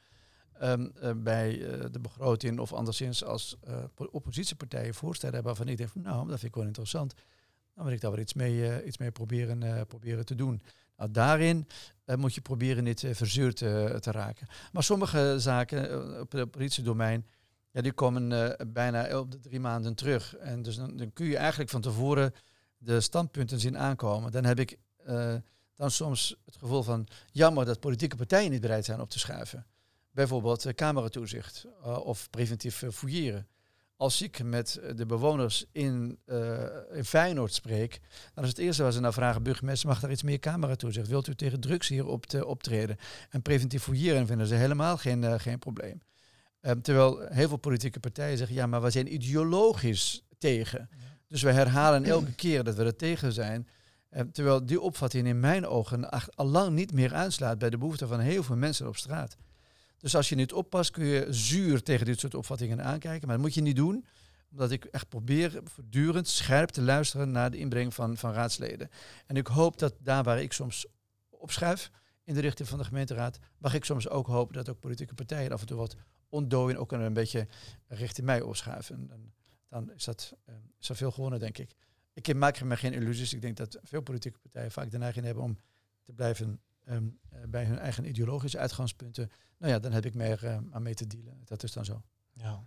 Bij de begroting of anderszins als oppositiepartijen voorstellen hebben waarvan ik denk van, dat vind ik wel interessant. Dan wil ik daar wel iets mee proberen te doen. Nou, daarin moet je proberen niet verzuurd te raken. Maar sommige zaken op het politiedomein, die komen bijna op de 3 maanden terug. En dus dan kun je eigenlijk van tevoren de standpunten zien aankomen. Dan heb ik dan soms het gevoel van jammer dat politieke partijen niet bereid zijn op te schuiven. Bijvoorbeeld cameratoezicht of preventief fouilleren. Als ik met de bewoners in Feyenoord spreek, dan is het eerste wat ze nou vragen, burgemeester, mag daar iets meer cameratoezicht? Wilt u tegen drugs hier optreden? En preventief fouilleren vinden ze helemaal geen probleem. Terwijl heel veel politieke partijen zeggen, maar we zijn ideologisch tegen. Ja. Dus we herhalen elke keer dat we er tegen zijn. Terwijl die opvatting in mijn ogen al lang niet meer aanslaat bij de behoeften van heel veel mensen op straat. Dus als je niet oppast, kun je zuur tegen dit soort opvattingen aankijken. Maar dat moet je niet doen, omdat ik echt probeer voortdurend scherp te luisteren naar de inbreng van raadsleden. En ik hoop dat daar waar ik soms opschuif in de richting van de gemeenteraad, mag ik soms ook hopen dat ook politieke partijen af en toe wat ontdooien, ook een beetje richting mij opschuiven. En dan is dat veel gewonnen, denk ik. Ik maak me geen illusies. Ik denk dat veel politieke partijen vaak de neiging hebben om te blijven bij hun eigen ideologische uitgangspunten. Dan heb ik meer aan mee te dealen. Dat is dan zo. Ja.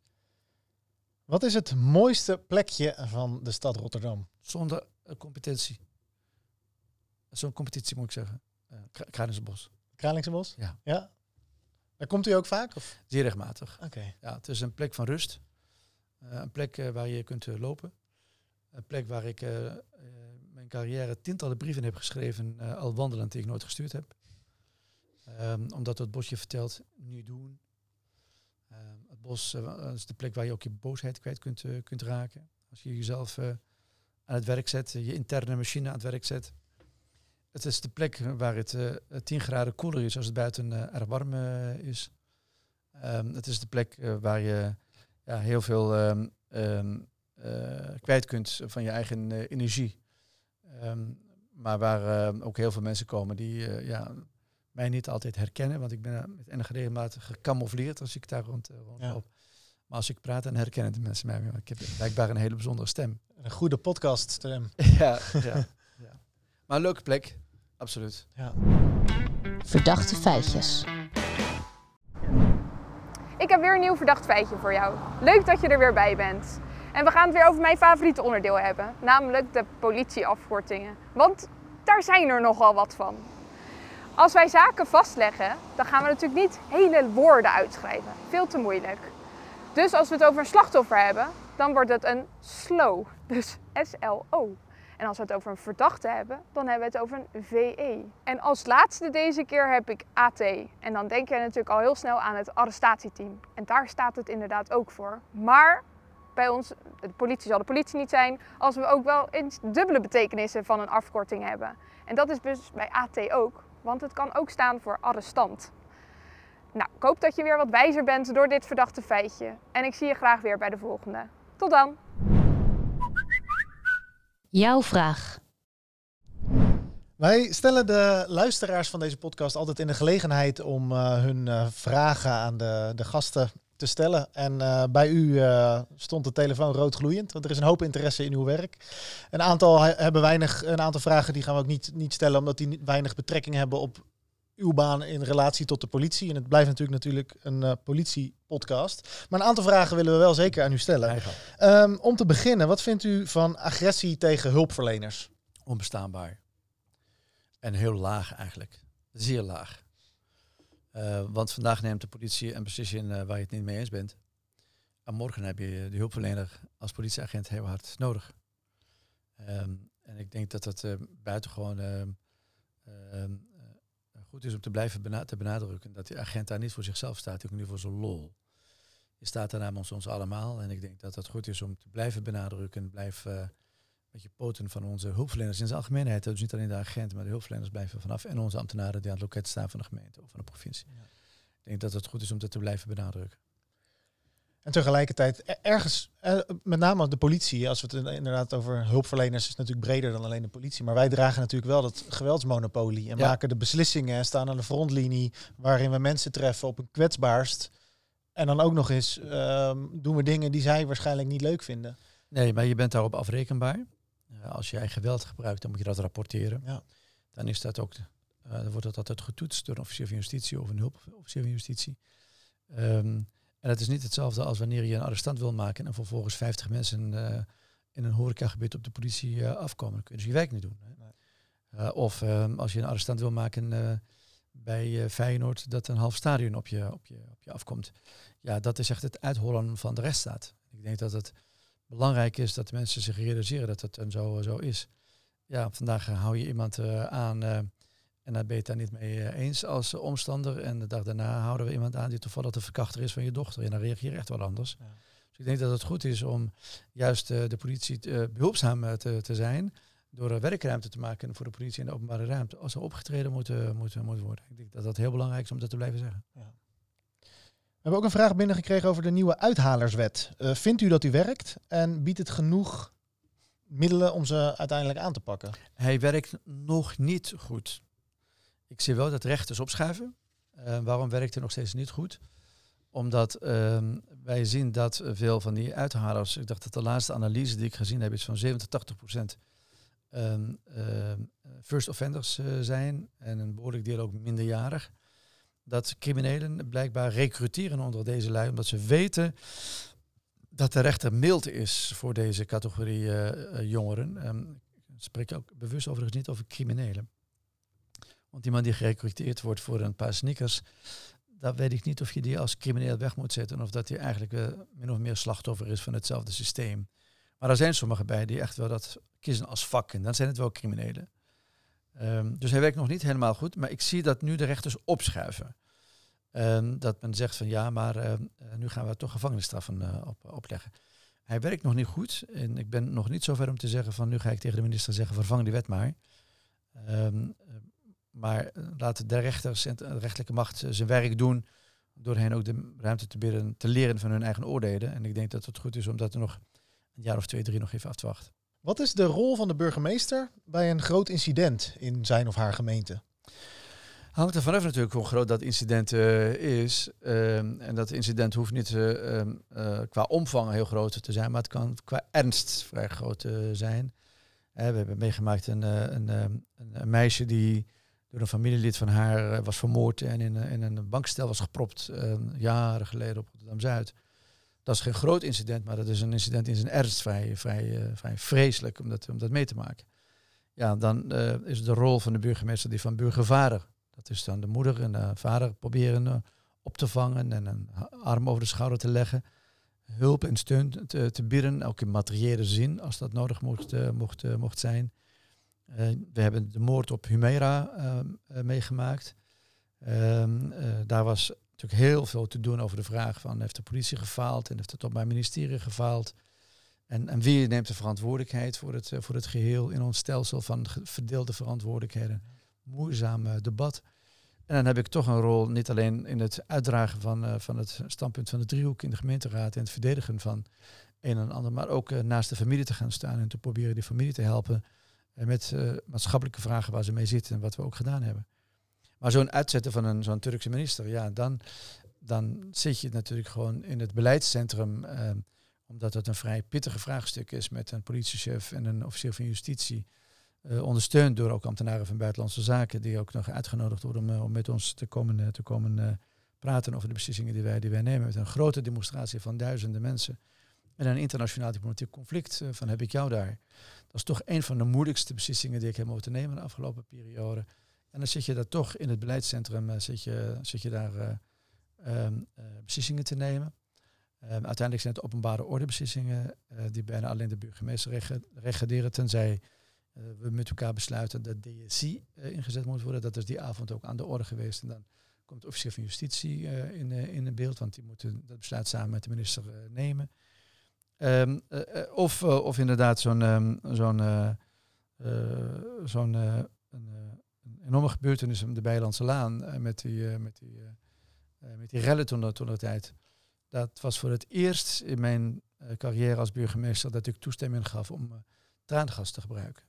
Wat is het mooiste plekje van de stad Rotterdam? Zonder competentie. Zo'n competitie moet ik zeggen. Kralingse Bos. Kralingse Bos? Ja. Daar komt u ook vaak? Of? Zeer regelmatig. Okay. Ja, het is een plek van rust. Een plek waar je kunt lopen. Een plek waar ik mijn carrière tientallen brieven heb geschreven, al wandelend, die ik nooit gestuurd heb. Omdat het bos je vertelt, nu doen. Het bos is de plek waar je ook je boosheid kwijt kunt raken. Als je jezelf aan het werk zet, je interne machine aan het werk zet. Het is de plek waar het 10 graden koeler is als het buiten erg warm is. Het is de plek waar je heel veel kwijt kunt van je eigen energie. Maar waar ook heel veel mensen komen die mij niet altijd herkennen. Want ik ben met enige regelmatig gecamoufleerd als ik daar rondloop. Maar als ik praat, dan herkennen de mensen mij. Ik heb blijkbaar een hele bijzondere stem. Een goede podcaststem. Ja. Maar een leuke plek. Absoluut. Ja. Verdachte feitjes. Ik heb weer een nieuw verdacht feitje voor jou. Leuk dat je er weer bij bent. En we gaan het weer over mijn favoriete onderdeel hebben. Namelijk de politieafkortingen. Want daar zijn er nogal wat van. Als wij zaken vastleggen, dan gaan we natuurlijk niet hele woorden uitschrijven. Veel te moeilijk. Dus als we het over een slachtoffer hebben, dan wordt het een SLO. Dus SLO. En als we het over een verdachte hebben, dan hebben we het over een VE. En als laatste deze keer heb ik AT. En dan denk je natuurlijk al heel snel aan het arrestatieteam. En daar staat het inderdaad ook voor. Maar bij ons, de politie zal de politie niet zijn, als we ook wel eens dubbele betekenissen van een afkorting hebben. En dat is dus bij AT ook, want het kan ook staan voor arrestant. Nou, ik hoop dat je weer wat wijzer bent door dit verdachte feitje. En ik zie je graag weer bij de volgende. Tot dan! Jouw vraag. Wij stellen de luisteraars van deze podcast altijd in de gelegenheid om hun vragen aan de gasten te stellen. En bij u stond de telefoon rood gloeiend, want er is een hoop interesse in uw werk. Een aantal vragen die gaan we ook niet stellen, omdat die weinig betrekking hebben op uw baan in relatie tot de politie. En het blijft natuurlijk een politiepodcast. Maar een aantal vragen willen we wel zeker aan u stellen. Om te beginnen, wat vindt u van agressie tegen hulpverleners? Onbestaanbaar. En heel laag eigenlijk. Zeer laag. Want vandaag neemt de politie een beslissing waar je het niet mee eens bent. En morgen heb je de hulpverlener als politieagent heel hard nodig. En ik denk dat dat buitengewoon goed is om te blijven benadrukken. Dat die agent daar niet voor zichzelf staat, ook niet voor zijn lol. Je staat daar namens ons allemaal. En ik denk dat het goed is om te blijven benadrukken. Blijf met je poten van onze hulpverleners in zijn algemeenheid. Dus niet alleen de agent, maar de hulpverleners blijven vanaf. En onze ambtenaren die aan het loket staan van de gemeente of van de provincie. Ja. Ik denk dat het goed is om dat te blijven benadrukken. En tegelijkertijd, ergens, met name de politie, als we het inderdaad over hulpverleners, is natuurlijk breder dan alleen de politie. Maar wij dragen natuurlijk wel dat geweldsmonopolie en maken de beslissingen en staan aan de frontlinie waarin we mensen treffen op een kwetsbaarst. En dan ook nog eens doen we dingen die zij waarschijnlijk niet leuk vinden. Nee, maar je bent daarop afrekenbaar. Als jij geweld gebruikt, dan moet je dat rapporteren. Ja. Dan is dat ook, dan wordt dat altijd getoetst door een officier van justitie of een hulpofficier van justitie. En het is niet hetzelfde als wanneer je een arrestant wil maken en vervolgens 50 mensen in een horecagebied op de politie afkomen. Dan kun je dus je werk niet doen. Hè? Nee. Of als je een arrestant wil maken bij Feyenoord, dat een half stadion op je afkomt. Ja, dat is echt het uithollen van de rechtsstaat. Ik denk dat het belangrijk is dat de mensen zich realiseren dat het dan zo is. Ja, vandaag hou je iemand aan en daar ben je het daar niet mee eens als omstander. En de dag daarna houden we iemand aan die toevallig de verkrachter is van je dochter. En dan reageer je echt wel anders. Ja. Dus ik denk dat het goed is om juist de politie behulpzaam te zijn. Door werkruimte te maken voor de politie in de openbare ruimte. Als er opgetreden moet worden. Ik denk dat dat heel belangrijk is om dat te blijven zeggen. Ja. We hebben ook een vraag binnengekregen over de nieuwe uithalerswet. Vindt u dat die werkt en biedt het genoeg middelen om ze uiteindelijk aan te pakken? Hij werkt nog niet goed. Ik zie wel dat rechters opschuiven. Waarom werkt hij nog steeds niet goed? Omdat wij zien dat veel van die uithalers, ik dacht dat de laatste analyse die ik gezien heb is van 70-80% first offenders zijn en een behoorlijk deel ook minderjarig. Dat criminelen blijkbaar recruteren onder deze lui, omdat ze weten dat de rechter mild is voor deze categorie jongeren. Ik spreek ook bewust overigens niet over criminelen. Want iemand die gerecruiteerd wordt voor een paar sneakers, dan weet ik niet of je die als crimineel weg moet zetten of dat hij eigenlijk min of meer slachtoffer is van hetzelfde systeem. Maar er zijn sommigen bij die echt wel dat kiezen als vak en dan zijn het wel criminelen. Dus hij werkt nog niet helemaal goed, maar ik zie dat nu de rechters opschuiven. Dat men zegt van ja, maar nu gaan we toch gevangenisstraffen opleggen. Hij werkt nog niet goed en ik ben nog niet zover om te zeggen van nu ga ik tegen de minister zeggen vervang die wet maar. Maar laten de rechters en de rechterlijke macht zijn werk doen door hen ook de ruimte te bieden te leren van hun eigen oordelen. En ik denk dat het goed is om dat er nog een jaar of 2, 3 nog even af te wachten. Wat is de rol van de burgemeester bij een groot incident in zijn of haar gemeente? Hangt er vanaf natuurlijk hoe groot dat incident is. En dat incident hoeft niet qua omvang heel groot te zijn, maar het kan qua ernst vrij groot zijn. We hebben meegemaakt een meisje die door een familielid van haar was vermoord en in een bankstel was gepropt jaren geleden op Rotterdam-Zuid. Dat is geen groot incident, maar dat is een incident in zijn ernst vrij vreselijk om dat mee te maken. Ja, dan is de rol van de burgemeester die van burgervader. Dat is dan de moeder en de vader proberen op te vangen en een arm over de schouder te leggen. Hulp en steun te bieden, ook in materiële zin, als dat nodig mocht zijn. We hebben de moord op Humera meegemaakt. Daar was natuurlijk heel veel te doen over de vraag van heeft de politie gefaald en heeft het Openbaar Ministerie gefaald. En wie neemt de verantwoordelijkheid voor het geheel in ons stelsel van verdeelde verantwoordelijkheden? Moeizaam debat. En dan heb ik toch een rol, niet alleen in het uitdragen van het standpunt van de driehoek in de gemeenteraad en het verdedigen van een en ander, maar ook naast de familie te gaan staan en te proberen die familie te helpen met maatschappelijke vragen waar ze mee zitten en wat we ook gedaan hebben. Maar zo'n uitzetten van zo'n Turkse minister, ja, dan zit je natuurlijk gewoon in het beleidscentrum, omdat het een vrij pittige vraagstuk is met een politiechef en een officier van justitie, ondersteund door ook ambtenaren van Buitenlandse Zaken, die ook nog uitgenodigd worden om met ons te komen praten over de beslissingen die wij nemen. Met een grote demonstratie van duizenden mensen. En een internationaal diplomatiek conflict van heb ik jou daar. Dat is toch een van de moeilijkste beslissingen die ik heb moeten nemen de afgelopen periode. En dan zit je daar toch in het beleidscentrum, zit je daar beslissingen te nemen. Uiteindelijk zijn het openbare ordebeslissingen die bijna alleen de burgemeester regaderen, tenzij we met elkaar besluiten dat DSI ingezet moet worden. Dat is die avond ook aan de orde geweest. En dan komt de officier van justitie in beeld, want die moeten dat besluit samen met de minister nemen. Of inderdaad zo'n enorme gebeurtenis op de Bijlandse Laan met die rellen toen de tijd. Dat was voor het eerst in mijn carrière als burgemeester dat ik toestemming gaf om traangas te gebruiken.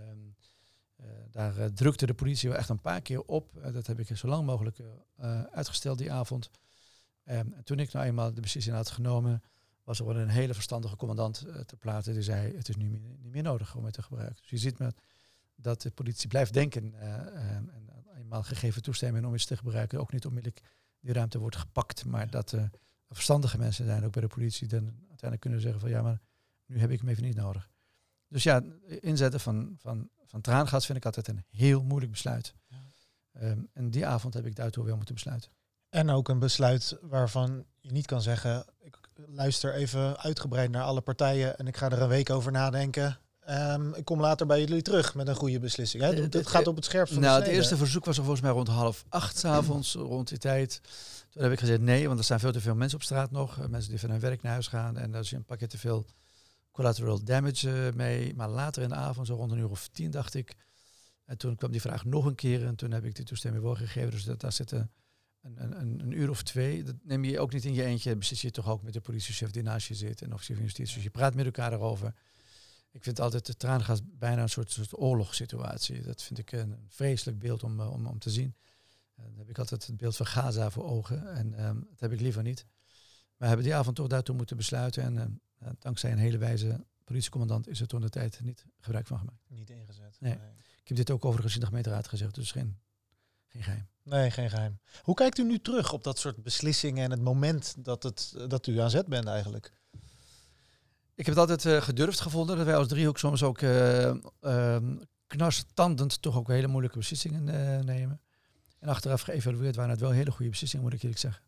Daar drukte de politie wel echt een paar keer op. Dat heb ik zo lang mogelijk uitgesteld die avond. En toen ik nou eenmaal de beslissing had genomen, was er wel een hele verstandige commandant ter plaatse die zei, het is nu niet meer nodig om het te gebruiken. Dus je ziet dat de politie blijft denken en eenmaal gegeven toestemming om iets te gebruiken, ook niet onmiddellijk die ruimte wordt gepakt, maar dat verstandige mensen zijn ook bij de politie dan uiteindelijk kunnen zeggen van ja, maar nu heb ik hem even niet nodig. Dus ja, inzetten van traangas vind ik altijd een heel moeilijk besluit. Ja. En die avond heb ik daartoe wel moeten besluiten. En ook een besluit waarvan je niet kan zeggen, ik luister even uitgebreid naar alle partijen en ik ga er een week over nadenken. Ik kom later bij jullie terug met een goede beslissing. Hè? Het gaat op het scherpst van de snede. Het eerste verzoek was er volgens mij rond 7:30 s'avonds, rond die tijd. Toen heb ik gezegd nee, want er staan veel te veel mensen op straat nog. Mensen die van hun werk naar huis gaan en daar is een pakje te veel collateral damage mee. Maar later in de avond, zo rond 9:10 dacht ik. En toen kwam die vraag nog een keer en toen heb ik die toestemming wel gegeven. Dus daar zit een uur of 2. Dat neem je ook niet in je eentje. Beslis je toch ook met de politiechef die naast je zit en officier van justitie. Dus je praat met elkaar erover. Ik vind altijd de traangas bijna een soort oorlogssituatie. Dat vind ik een vreselijk beeld om te zien. Dan heb ik altijd het beeld van Gaza voor ogen. En dat heb ik liever niet. We hebben die avond toch daartoe moeten besluiten. En dankzij een hele wijze politiecommandant is er toen de tijd niet gebruik van gemaakt. Niet ingezet. Nee. Ik heb dit ook overigens in de gemeenteraad gezegd. Dus geen geheim. Nee, geen geheim. Hoe kijkt u nu terug op dat soort beslissingen en het moment dat u aan zet bent eigenlijk? Ik heb het altijd gedurfd gevonden dat wij als driehoek soms ook knarstandend toch ook hele moeilijke beslissingen nemen. En achteraf geëvalueerd waren het wel hele goede beslissingen, moet ik eerlijk zeggen.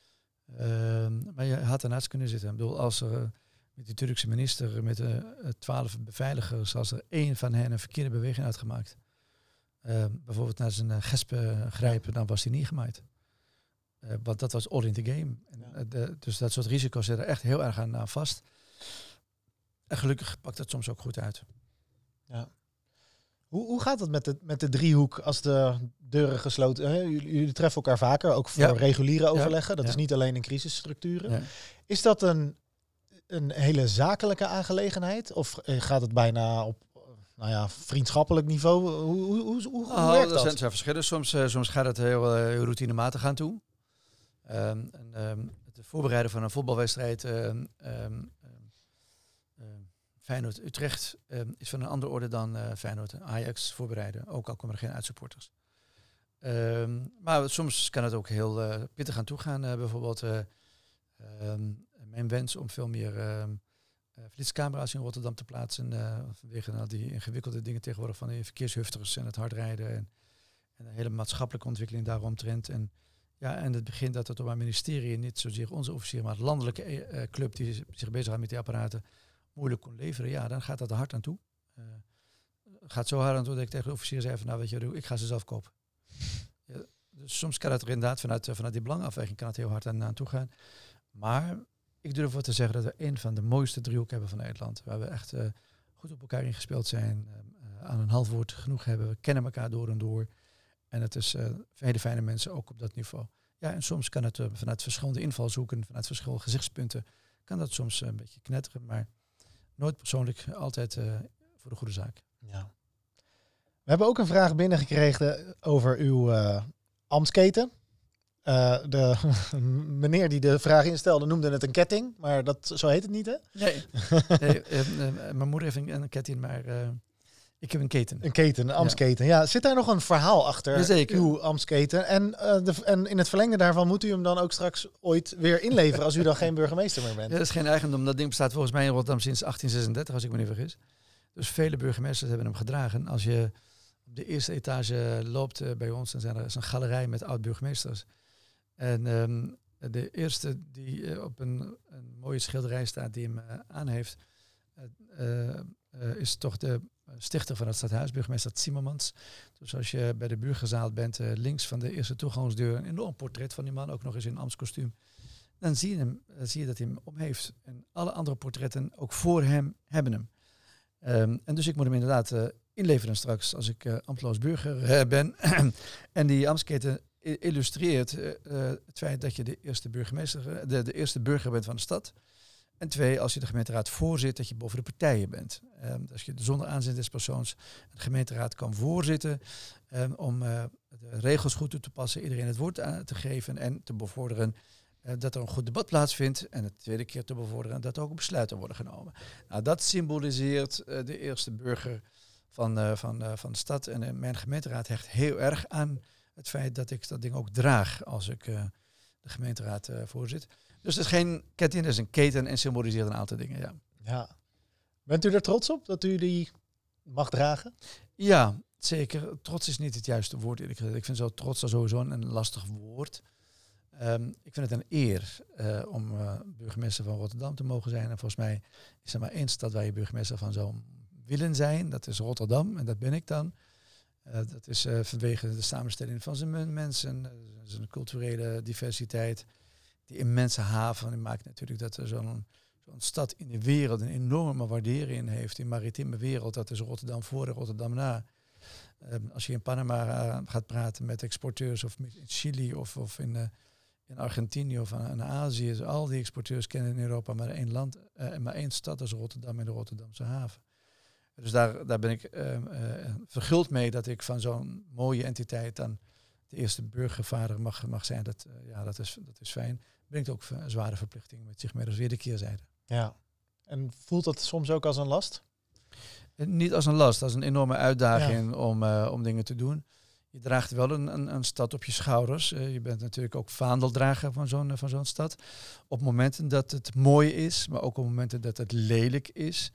Maar je had ernaast kunnen zitten. Ik bedoel, als er met die Turkse minister, met 12 beveiligers, als er 1 van hen een verkeerde beweging had gemaakt, bijvoorbeeld naar zijn gespen grijpen, dan was hij niet gemaaid. Want dat was all in the game. En, dus dat soort risico's zitten er echt heel erg aan vast. En gelukkig pakt het soms ook goed uit. Ja. Hoe gaat het met de driehoek als de deuren gesloten? Jullie treffen elkaar vaker, ook voor reguliere overleggen. Dat is niet alleen in crisisstructuren. Ja. Is dat een hele zakelijke aangelegenheid? Of gaat het bijna op vriendschappelijk niveau? Hoe werkt dat? Er zijn verschillen. Soms gaat het heel routinematig aan toe. Het voorbereiden van een voetbalwedstrijd Feyenoord-Utrecht is van een andere orde dan Feyenoord-Ajax voorbereiden. Ook al komen er geen uitsupporters. Maar soms kan het ook heel pittig aan toe gaan. Bijvoorbeeld mijn wens om veel meer flitscamera's in Rotterdam te plaatsen. Vanwege die ingewikkelde dingen tegenwoordig van de verkeershufters en het hard rijden. En de hele maatschappelijke ontwikkeling daaromtrent. En het begin dat het op mijn ministerie, niet zozeer onze officier, maar het landelijke club die zich bezighoudt met die apparaten, moeilijk kon leveren. Ja, dan gaat dat er hard aan toe. Gaat zo hard aan toe dat ik tegen de officier zei van, nou weet je, ik ga ze zelf kopen. Dus soms kan het er inderdaad vanuit die belangafweging kan het heel hard aan toe gaan. Maar ik durf wel te zeggen dat we een van de mooiste driehoeken hebben van Nederland. Waar we echt goed op elkaar ingespeeld zijn. Aan een half woord genoeg hebben. We kennen elkaar door en door. En het is hele fijne mensen ook op dat niveau. Ja, en soms kan het vanuit verschillende invalshoeken, vanuit verschillende gezichtspunten, kan dat soms een beetje knetteren. Maar nooit persoonlijk, altijd voor de goede zaak. Ja. We hebben ook een vraag binnengekregen over uw ambtsketen. De meneer die de vraag instelde noemde het een ketting, maar zo heet het niet, hè? Nee, mijn moeder heeft een ketting, maar ik heb een keten. Een keten, een ambtsketen. Ja, zit daar nog een verhaal achter? Jazeker. Uw ambtsketen? En in het verlengde daarvan moet u hem dan ook straks ooit weer inleveren als u dan geen burgemeester meer bent? Ja, dat is geen eigendom. Dat ding bestaat volgens mij in Rotterdam sinds 1836, als ik me niet vergis. Dus vele burgemeesters hebben hem gedragen. Als je op de eerste etage loopt bij ons, dan is een galerij met oud-burgemeesters. En de eerste die op een mooie schilderij staat die hem aan heeft, is toch de stichter van het stadhuis, burgemeester Zimmermans. Dus als je bij de Burgerzaal bent, links van de eerste toegangsdeur, een enorm portret van die man, ook nog eens in ambtskostuum. Dan zie je dat hij hem om heeft. En alle andere portretten, ook voor hem, hebben hem. En dus ik moet hem inderdaad inleveren straks als ik ambtloos burger ben. En die ambtsketen illustreert het feit dat je de eerste burgemeester, de eerste burger bent van de stad. En 2, als je de gemeenteraad voorzit, dat je boven de partijen bent. Als je zonder aanzien des persoons de gemeenteraad kan voorzitten om de regels goed toe te passen, iedereen het woord aan te geven en te bevorderen dat er een goed debat plaatsvindt. En de tweede keer te bevorderen dat er ook besluiten worden genomen. Nou, dat symboliseert de eerste burger van de stad. En mijn gemeenteraad hecht heel erg aan het feit dat ik dat ding ook draag als ik de gemeenteraad voorzit. Dus het is geen ketting, het is een keten en symboliseert een aantal dingen, ja. Ja. Bent u er trots op dat u die mag dragen? Ja, zeker. Trots is niet het juiste woord, eerlijk gezegd. Ik vind zo trots sowieso een lastig woord. Ik vind het een eer om burgemeester van Rotterdam te mogen zijn. En volgens mij is er maar één stad waar je burgemeester van zou willen zijn. Dat is Rotterdam en dat ben ik dan. Dat is vanwege de samenstelling van zijn mensen, zijn culturele diversiteit. Die immense haven, die maakt natuurlijk dat er zo'n stad in de wereld een enorme waardering heeft. In maritieme wereld, dat is Rotterdam voor en Rotterdam na. Als je in Panama gaat praten met exporteurs of in Chili of in Argentinië of in Azië. Al die exporteurs kennen in Europa maar één land en maar één stad, dat is Rotterdam en de Rotterdamse haven. Dus daar ben ik verguld mee dat ik van zo'n mooie entiteit dan de eerste burgervader mag zijn. Dat is fijn. Brengt ook zware verplichtingen met zich mee. Dat is weer de keerzijde. Ja. En voelt dat soms ook als een last? Niet als een last, als een enorme uitdaging om dingen te doen. Je draagt wel een stad op je schouders. Je bent natuurlijk ook vaandeldrager van zo'n stad. Op momenten dat het mooi is, maar ook op momenten dat het lelijk is.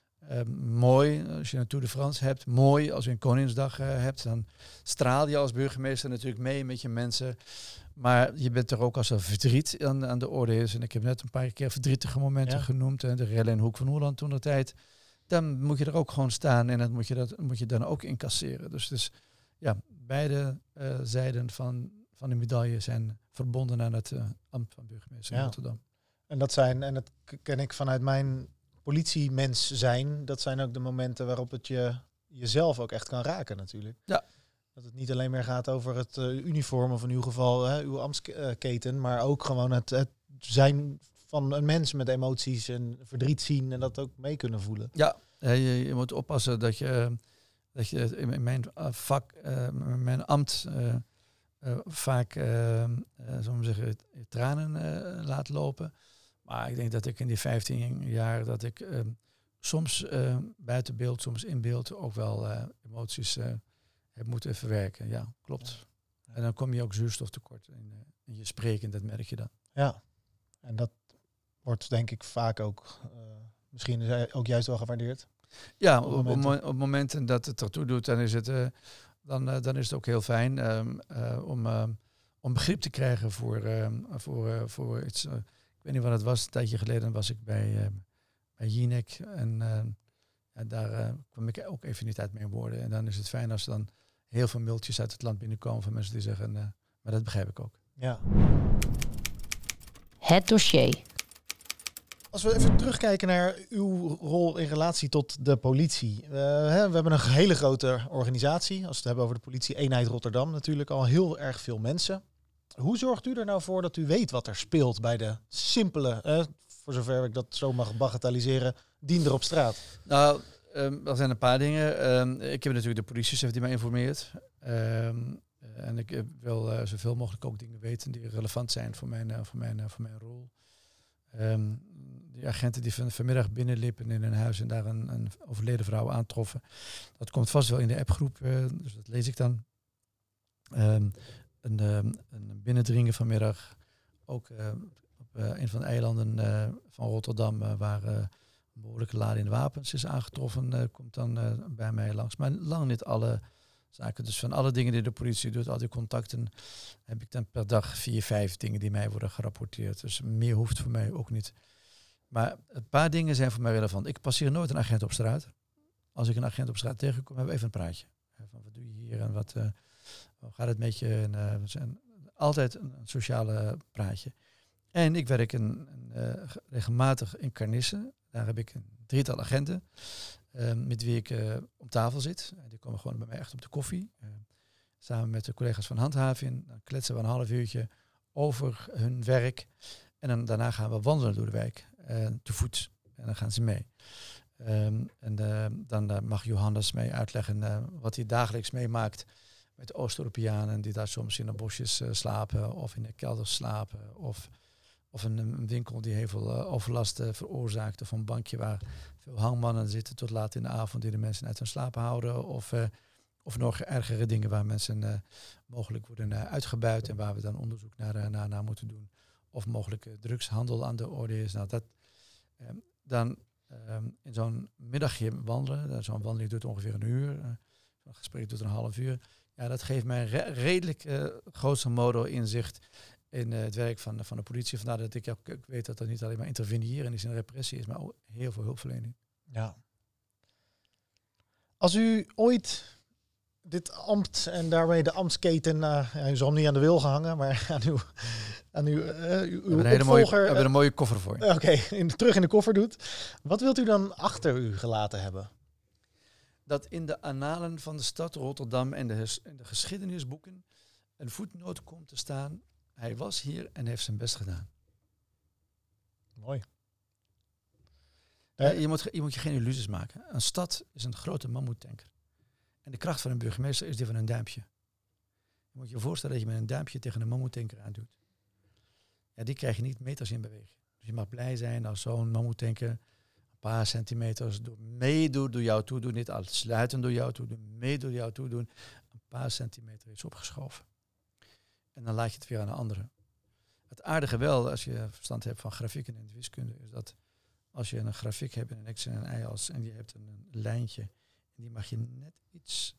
Mooi als je een Tour de France hebt. Mooi als je een Koningsdag hebt. Dan straal je als burgemeester natuurlijk mee met je mensen. Maar je bent er ook als er verdriet aan de orde is. En ik heb net een paar keer verdrietige momenten genoemd. De rellen in Hoek van Holland toen de tijd. Dan moet je er ook gewoon staan. En dat moet je dan ook incasseren. Dus ja, beide zijden van de medaille zijn verbonden aan het ambt van burgemeester in Rotterdam. En dat ken ik vanuit mijn politiemens zijn. Dat zijn ook de momenten waarop het jezelf ook echt kan raken natuurlijk. Ja. Dat het niet alleen meer gaat over het uniform of in uw geval uw ambtsketen, maar ook gewoon het zijn van een mens met emoties en verdriet zien en dat ook mee kunnen voelen. Ja, je moet oppassen dat je in mijn vak, mijn ambt vaak, zullen we zeggen, tranen laat lopen. Maar ik denk dat ik in die 15 jaar dat ik soms buiten beeld, soms in beeld ook wel emoties heb moeten verwerken. Ja, klopt. Ja. En dan kom je ook zuurstoftekort in je spreken, dat merk je dan. Ja, en dat wordt denk ik vaak ook misschien ook juist wel gewaardeerd. Ja, op momenten dat het ertoe doet, dan is het, dan is het ook heel fijn om begrip te krijgen voor iets. Ik weet niet wat het was, een tijdje geleden was ik bij Jinek en daar kwam ik ook even niet uit mijn woorden. En dan is het fijn als er dan heel veel mailtjes uit het land binnenkomen van mensen die zeggen, maar dat begrijp ik ook. Ja. Het dossier. Als we even terugkijken naar uw rol in relatie tot de politie. We hebben een hele grote organisatie. Als we het hebben over de politie-eenheid Rotterdam natuurlijk. Al heel erg veel mensen. Hoe zorgt u er nou voor dat u weet wat er speelt bij de simpele, voor zover ik dat zo mag bagatelliseren, diender op straat? Nou, er zijn een paar dingen. Ik heb natuurlijk de politiechef die mij informeert. En ik wil zoveel mogelijk ook dingen weten die relevant zijn voor mijn rol. Die agenten die vanmiddag binnenliepen in een huis en daar een overleden vrouw aantroffen. Dat komt vast wel in de appgroep, dus dat lees ik dan. Een binnendringen vanmiddag, ook op een van de eilanden van Rotterdam, waar een behoorlijke lading wapens is aangetroffen, komt dan bij mij langs. Maar lang niet alle zaken. Dus van alle dingen die de politie doet, al die contacten, heb ik dan per dag 4, 5 dingen die mij worden gerapporteerd. Dus meer hoeft voor mij ook niet. Maar een paar dingen zijn voor mij relevant. Ik passeer nooit een agent op straat. Als ik een agent op straat tegenkom, hebben we even een praatje. Van wat doe je hier en hoe gaat het met je? En, we zijn altijd een sociale praatje. En ik werk regelmatig in Carnissen. Daar heb ik een 3-tal agenten met wie ik om tafel zit. Die komen gewoon bij mij echt op de koffie. Samen met de collega's van handhaving. Dan kletsen we een half uurtje over hun werk. En dan, daarna gaan we wandelen door de wijk. Te voet. En dan gaan ze mee. Dan mag Johannes mee uitleggen wat hij dagelijks meemaakt met de Oost-Europeanen die daar soms in de bosjes slapen of in de kelders slapen. Of een winkel die heel veel overlast veroorzaakt. Of een bankje waar veel hangmannen zitten tot laat in de avond die de mensen uit hun slaap houden. Of nog ergere dingen waar mensen mogelijk worden uitgebuit en waar we dan onderzoek naar moeten doen. Of mogelijke drugshandel aan de orde is. Nou, dan in zo'n middagje wandelen. Zo'n wandeling duurt ongeveer een uur. Zo'n gesprek duurt een half uur. Ja, dat geeft mij een redelijk grootste modo inzicht in het werk van de politie. Vandaar dat ik ook weet dat er niet alleen maar interveneren is en repressie is, maar ook heel veel hulpverlening. Ja. Als u ooit dit ambt en daarmee de ambtsketen, u zal hem niet aan de wil gehangen, maar aan uw opvolger... We hebben een mooie koffer voor. Oké, terug in de koffer doet. Wat wilt u dan achter u gelaten hebben? Dat in de annalen van de stad Rotterdam en de geschiedenisboeken een voetnoot komt te staan. Hij was hier en heeft zijn best gedaan. Mooi. Je moet je geen illusies maken. Een stad is een grote mammoetanker. En de kracht van een burgemeester is die van een duimpje. Je moet je voorstellen dat je met een duimpje tegen een mammoetanker aandoet. Ja, die krijg je niet meters in beweging. Dus je mag blij zijn als zo'n mammoetanker een paar centimeters meedoet door jou toe doen. Niet altijd sluiten door jou toe doen, meedoet door jou toe doen. Een paar centimeter is opgeschoven. En dan laat je het weer aan de anderen. Het aardige wel, als je verstand hebt van grafieken en wiskunde, is dat als je een grafiek hebt in een X en een Y-as en je hebt een lijntje en die mag je net iets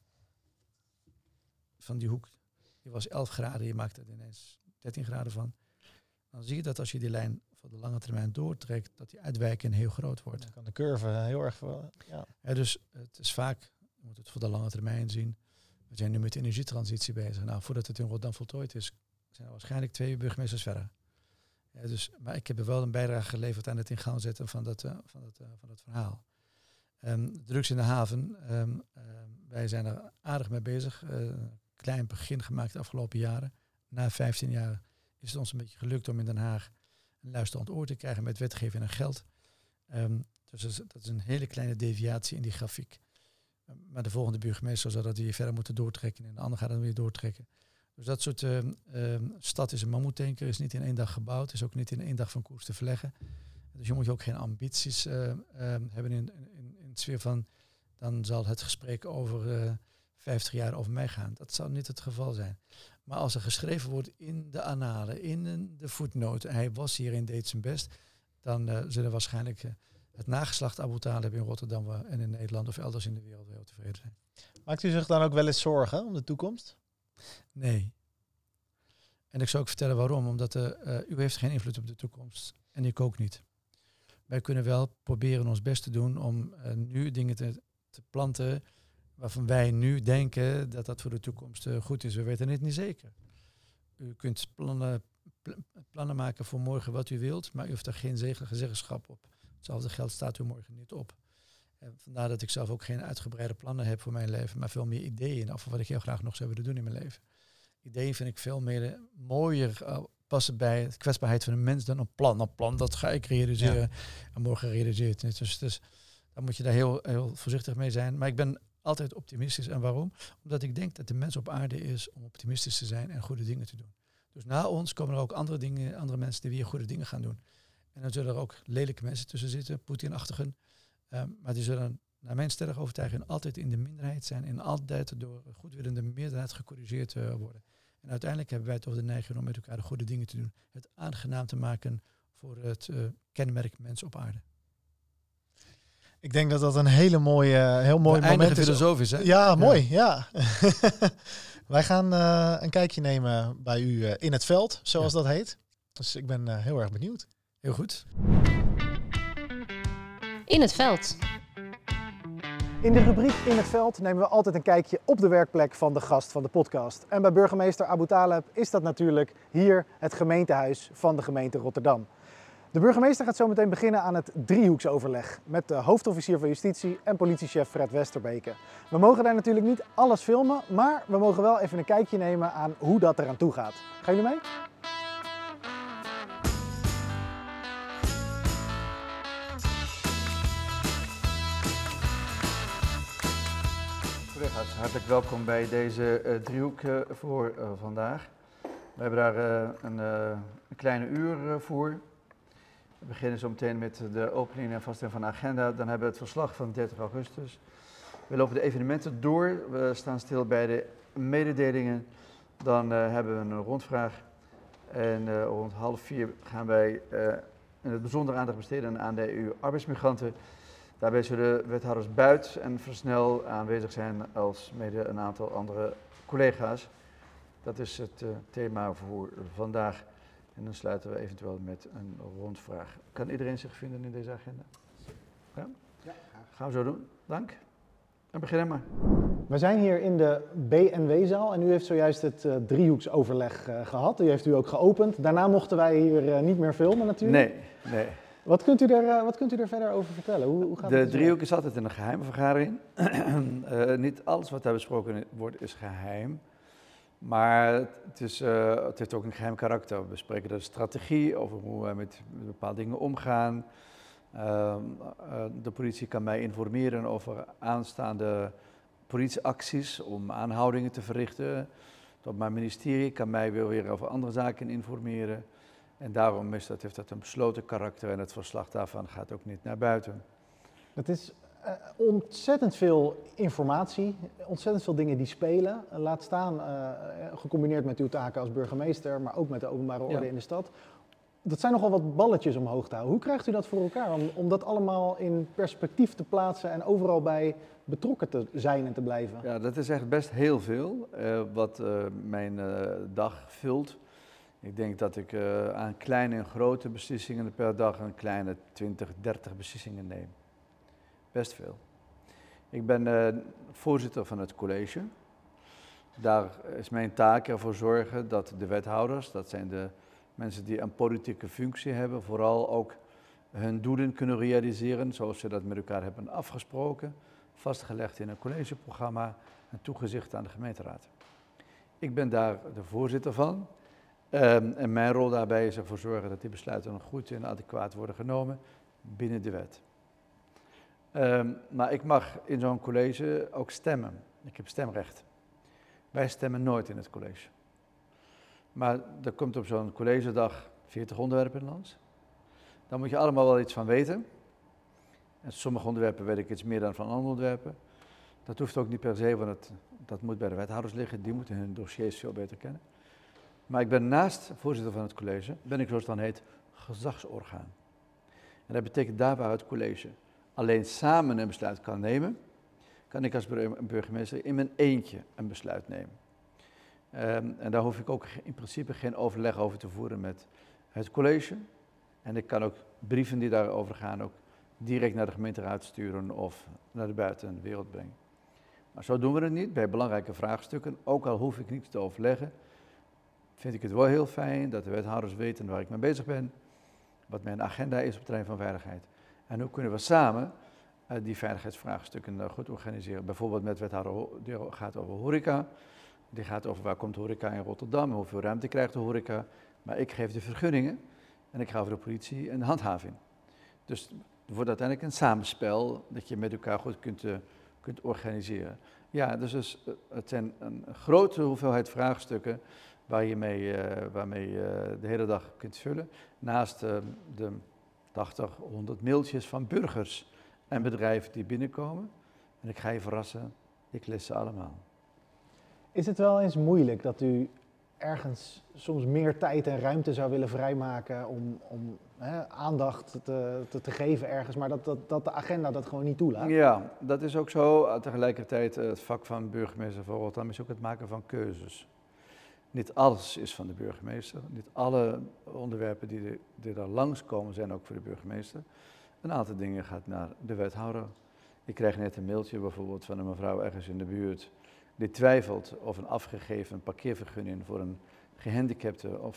van die hoek, die was 11 graden, je maakt er ineens 13 graden van. Dan zie je dat als je die lijn voor de lange termijn doortrekt, dat die uitwijking heel groot wordt. Dan kan de curve heel erg... Ja, dus het is vaak, je moet het voor de lange termijn zien. We zijn nu met de energietransitie bezig. Nou, voordat het in Rotterdam voltooid is, zijn er waarschijnlijk 2 burgemeesters verder. Ja, maar ik heb er wel een bijdrage geleverd aan het in gang zetten van dat verhaal. Drugs in de haven. Wij zijn er aardig mee bezig. Klein begin gemaakt de afgelopen jaren. Na 15 jaar is het ons een beetje gelukt om in Den Haag een luisterend oor te krijgen met wetgeving en geld. Dus dat is een hele kleine deviatie in die grafiek. Maar de volgende burgemeester zal dat weer verder moeten doortrekken en de ander gaat dan weer doortrekken. Dus dat soort stad is een mammoetanker, is niet in 1 dag gebouwd, is ook niet in 1 dag van koers te verleggen. Dus je moet ook geen ambities hebben in de sfeer van, dan zal het gesprek over 50 jaar over mij gaan. Dat zou niet het geval zijn. Maar als er geschreven wordt in de annalen, in de voetnoten, hij was hier en deed zijn best, dan zullen waarschijnlijk het nageslacht Abu Talib in Rotterdam en in Nederland of elders in de wereld heel tevreden zijn. Maakt u zich dan ook wel eens zorgen om de toekomst? Nee. En ik zou ook vertellen waarom. Omdat u heeft geen invloed op de toekomst. En ik ook niet. Wij kunnen wel proberen ons best te doen om nu dingen te planten waarvan wij nu denken dat dat voor de toekomst goed is. We weten het niet zeker. U kunt plannen plannen maken voor morgen wat u wilt, maar u heeft daar geen zeggenschap op. Hetzelfde geld staat u morgen niet op. Vandaar dat ik zelf ook geen uitgebreide plannen heb voor mijn leven, maar veel meer ideeën over wat ik heel graag nog zou willen doen in mijn leven. Ideeën vind ik veel mooier passen bij de kwetsbaarheid van een mens dan een plan. Een plan, dat ga ik realiseren en morgen realiseert het. Dus daar moet je daar heel voorzichtig mee zijn. Maar ik ben altijd optimistisch. En waarom? Omdat ik denk dat de mens op aarde is om optimistisch te zijn en goede dingen te doen. Dus na ons komen er ook andere mensen die weer goede dingen gaan doen. En dan zullen er ook lelijke mensen tussen zitten, Poetin-achtigen. Maar die zullen, naar mijn stellige overtuiging, altijd in de minderheid zijn en altijd door een goedwillende meerderheid gecorrigeerd worden. En uiteindelijk hebben wij toch de neiging om met elkaar de goede dingen te doen. Het aangenaam te maken voor het kenmerk mens op aarde. Ik denk dat dat een heel mooi moment is. Filosofisch, hè? Ja, mooi. Ja. Wij gaan een kijkje nemen bij u in het veld, zoals dat heet. Dus ik ben heel erg benieuwd. Heel goed. In het veld. In de rubriek In het Veld nemen we altijd een kijkje op de werkplek van de gast van de podcast. En bij burgemeester Abu Taleb is dat natuurlijk hier het gemeentehuis van de gemeente Rotterdam. De burgemeester gaat zo meteen beginnen aan het driehoeksoverleg met de hoofdofficier van Justitie en politiechef Fred Westerbeke. We mogen daar natuurlijk niet alles filmen, maar we mogen wel even een kijkje nemen aan hoe dat eraan toe gaat. Gaan jullie mee? Collega's, hartelijk welkom bij deze driehoek voor vandaag. We hebben daar een kleine uur voor. We beginnen zo meteen met de opening en vaststelling van de agenda. Dan hebben we het verslag van 30 augustus. We lopen de evenementen door. We staan stil bij de mededelingen. Dan hebben we een rondvraag. En rond 3:30 gaan wij in het bijzonder aandacht besteden aan de EU-arbeidsmigranten. Daarbij zullen wethouders Buit en Versnel aanwezig zijn als mede een aantal andere collega's. Dat is het thema voor vandaag. En dan sluiten we eventueel met een rondvraag. Kan iedereen zich vinden in deze agenda? Ja? Ja, gaan we zo doen. Dank. En beginnen maar. We zijn hier in de BNW-zaal en u heeft zojuist het driehoeksoverleg gehad. Die heeft u ook geopend. Daarna mochten wij hier niet meer filmen natuurlijk. Nee. Wat kunt u er verder over vertellen? Hoe gaat de driehoek is altijd een geheime vergadering. Niet alles wat daar besproken wordt is geheim. Maar het heeft ook een geheim karakter. We bespreken de strategie, over hoe we met bepaalde dingen omgaan. De politie kan mij informeren over aanstaande politieacties om aanhoudingen te verrichten. Het Openbaar Ministerie kan mij weer over andere zaken informeren. En daarom heeft dat een besloten karakter en het verslag daarvan gaat ook niet naar buiten. Het is ontzettend veel informatie, ontzettend veel dingen die spelen. Laat staan, gecombineerd met uw taken als burgemeester, maar ook met de openbare orde in de stad. Dat zijn nogal wat balletjes omhoog te houden. Hoe krijgt u dat voor elkaar om dat allemaal in perspectief te plaatsen en overal bij betrokken te zijn en te blijven? Ja, dat is echt best heel veel wat mijn dag vult. Ik denk dat ik aan kleine en grote beslissingen per dag een kleine 20, 30 beslissingen neem. Best veel. Ik ben voorzitter van het college. Daar is mijn taak ervoor zorgen dat de wethouders, dat zijn de mensen die een politieke functie hebben, vooral ook hun doelen kunnen realiseren zoals ze dat met elkaar hebben afgesproken, vastgelegd in een collegeprogramma en toegezegd aan de gemeenteraad. Ik ben daar de voorzitter van. En mijn rol daarbij is ervoor zorgen dat die besluiten goed en adequaat worden genomen binnen de wet. Maar ik mag in zo'n college ook stemmen. Ik heb stemrecht. Wij stemmen nooit in het college. Maar er komt op zo'n collegedag 40 onderwerpen langs. Daar moet je allemaal wel iets van weten. En sommige onderwerpen weet ik iets meer dan van andere onderwerpen. Dat hoeft ook niet per se, want dat moet bij de wethouders liggen. Die moeten hun dossiers veel beter kennen. Maar ik ben naast voorzitter van het college, ben ik zoals het dan heet, gezagsorgaan. En dat betekent daar waar het college alleen samen een besluit kan nemen, kan ik als burgemeester in mijn eentje een besluit nemen. En daar hoef ik ook in principe geen overleg over te voeren met het college. En ik kan ook brieven die daarover gaan ook direct naar de gemeenteraad sturen of naar de buitenwereld brengen. Maar zo doen we het niet bij belangrijke vraagstukken, ook al hoef ik niets te overleggen. vind ik het wel heel fijn dat de wethouders weten waar ik mee bezig ben, wat mijn agenda is op het terrein van veiligheid. En hoe kunnen we samen die veiligheidsvraagstukken goed organiseren. Bijvoorbeeld met wethouder, die gaat over horeca, die gaat over waar komt horeca in Rotterdam, hoeveel ruimte krijgt de horeca. Maar ik geef de vergunningen en ik ga over de politie en de handhaving. Dus het wordt uiteindelijk een samenspel dat je met elkaar goed kunt organiseren. Ja, dus het zijn een grote hoeveelheid vraagstukken waarmee je de hele dag kunt vullen. Naast de 80, 100 mailtjes van burgers en bedrijven die binnenkomen. En ik ga je verrassen, ik lees ze allemaal. Is het wel eens moeilijk dat u ergens soms meer tijd en ruimte zou willen vrijmaken om aandacht te geven ergens, maar dat de agenda dat gewoon niet toelaat? Ja, dat is ook zo. Tegelijkertijd, het vak van burgemeester van Rotterdam is ook het maken van keuzes. Niet alles is van de burgemeester. Niet alle onderwerpen die daar langskomen zijn ook voor de burgemeester. Een aantal dingen gaat naar de wethouder. Ik kreeg net een mailtje bijvoorbeeld van een mevrouw ergens in de buurt die twijfelt of een afgegeven parkeervergunning voor een gehandicapte, of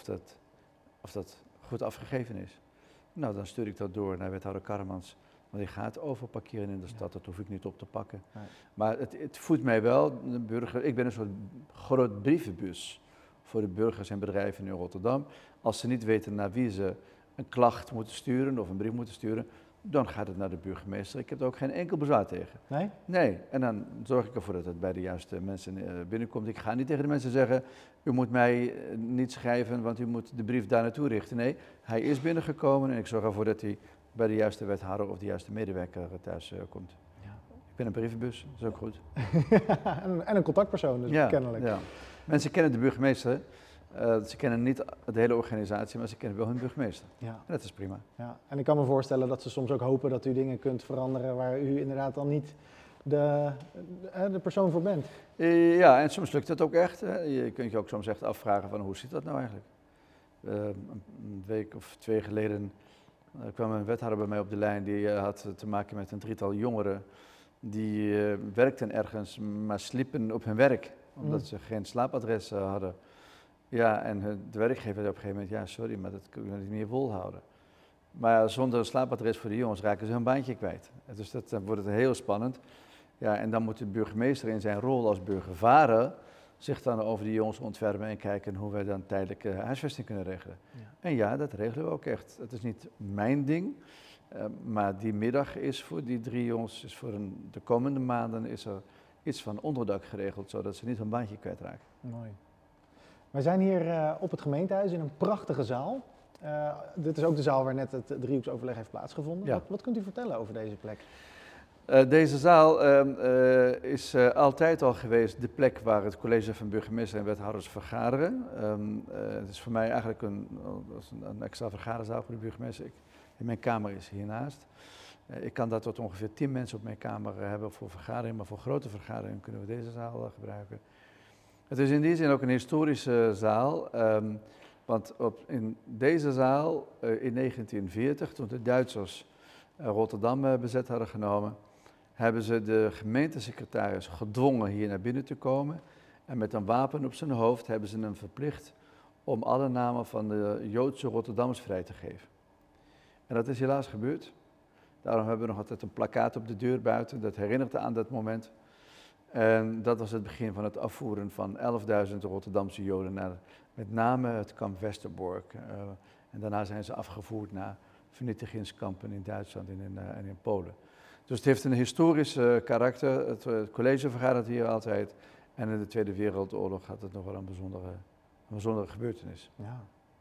dat goed afgegeven is. Nou, dan stuur ik dat door naar wethouder Karremans. Want die gaat over parkeren in de stad, dat hoef ik niet op te pakken. Nee. Maar het voedt mij wel, de burger, ik ben een soort groot brievenbus voor de burgers en bedrijven in Rotterdam. Als ze niet weten naar wie ze een klacht moeten sturen of een brief moeten sturen, dan gaat het naar de burgemeester. Ik heb er ook geen enkel bezwaar tegen. Nee? Nee, en dan zorg ik ervoor dat het bij de juiste mensen binnenkomt. Ik ga niet tegen de mensen zeggen, u moet mij niet schrijven, want u moet de brief daar naartoe richten. Nee, hij is binnengekomen en ik zorg ervoor dat hij bij de juiste wethouder of de juiste medewerker thuis komt. Ja. Ik ben een brievenbus, dat is ook goed. En een contactpersoon, dus ja, kennelijk. Ja. Mensen kennen de burgemeester. Ze kennen niet de hele organisatie, maar ze kennen wel hun burgemeester. Ja. En dat is prima. Ja. En ik kan me voorstellen dat ze soms ook hopen dat u dingen kunt veranderen waar u inderdaad dan niet de persoon voor bent. Ja, en soms lukt het ook echt. Je kunt je ook soms echt afvragen van hoe zit dat nou eigenlijk? Een week of 2 geleden kwam een wethouder bij mij op de lijn, die had te maken met een 3-tal jongeren. Die werkten ergens, maar sliepen op hun werk, omdat ze geen slaapadres hadden. Ja, en de werkgever zei op een gegeven moment, ja sorry, maar dat kunnen we niet meer volhouden. Maar zonder een slaapadres voor de jongens raken ze hun baantje kwijt. Dus dan wordt het heel spannend. Ja, en dan moet de burgemeester in zijn rol als burgervader zich dan over die jongens ontfermen en kijken hoe wij dan tijdelijke huisvesting kunnen regelen. Ja. En ja, dat regelen we ook echt. Het is niet mijn ding, maar die middag is voor die 3 jongens, is voor de komende maanden is er iets van onderdak geregeld, zodat ze niet hun baantje kwijtraken. Mooi. Wij zijn hier op het gemeentehuis in een prachtige zaal. Dit is ook de zaal waar net het driehoeksoverleg heeft plaatsgevonden. Ja. Wat kunt u vertellen over deze plek? Deze zaal is altijd al geweest de plek waar het college van burgemeester en wethouders vergaderen. Het is voor mij eigenlijk een extra vergaderzaal voor de burgemeester. Mijn kamer is hiernaast. Ik kan daar tot ongeveer 10 mensen op mijn kamer hebben voor vergaderingen, maar voor grote vergaderingen kunnen we deze zaal gebruiken. Het is in die zin ook een historische zaal, want in deze zaal in 1940, toen de Duitsers Rotterdam bezet hadden genomen, hebben ze de gemeentesecretaris gedwongen hier naar binnen te komen. En met een wapen op zijn hoofd hebben ze hem verplicht om alle namen van de Joodse Rotterdammers vrij te geven. En dat is helaas gebeurd. Daarom hebben we nog altijd een plakkaat op de deur buiten, dat herinnert aan dat moment. En dat was het begin van het afvoeren van 11.000 Rotterdamse Joden naar met name het kamp Westerbork. En daarna zijn ze afgevoerd naar vernietigingskampen in Duitsland en in Polen. Dus het heeft een historisch karakter. Het college vergadert hier altijd. En in de Tweede Wereldoorlog had het nog wel een bijzondere gebeurtenis. Ja.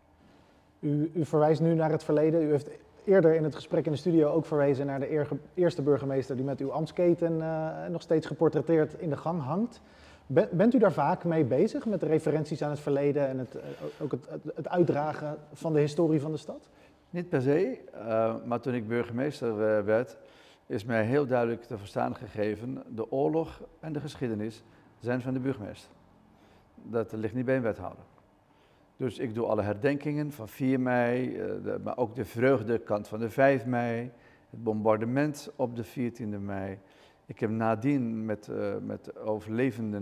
U verwijst nu naar het verleden. U heeft eerder in het gesprek in de studio ook verwezen naar de eerste burgemeester die met uw ambtsketen nog steeds geportretteerd in de gang hangt. Bent u daar vaak mee bezig met de referenties aan het verleden en ook het uitdragen van de historie van de stad? Niet per se, maar toen ik burgemeester werd, is mij heel duidelijk te verstaan gegeven, de oorlog en de geschiedenis zijn van de burgemeester. Dat ligt niet bij een wethouder. Dus ik doe alle herdenkingen van 4 mei, maar ook de vreugdekant van de 5 mei, het bombardement op de 14e mei. Ik heb nadien met overlevenden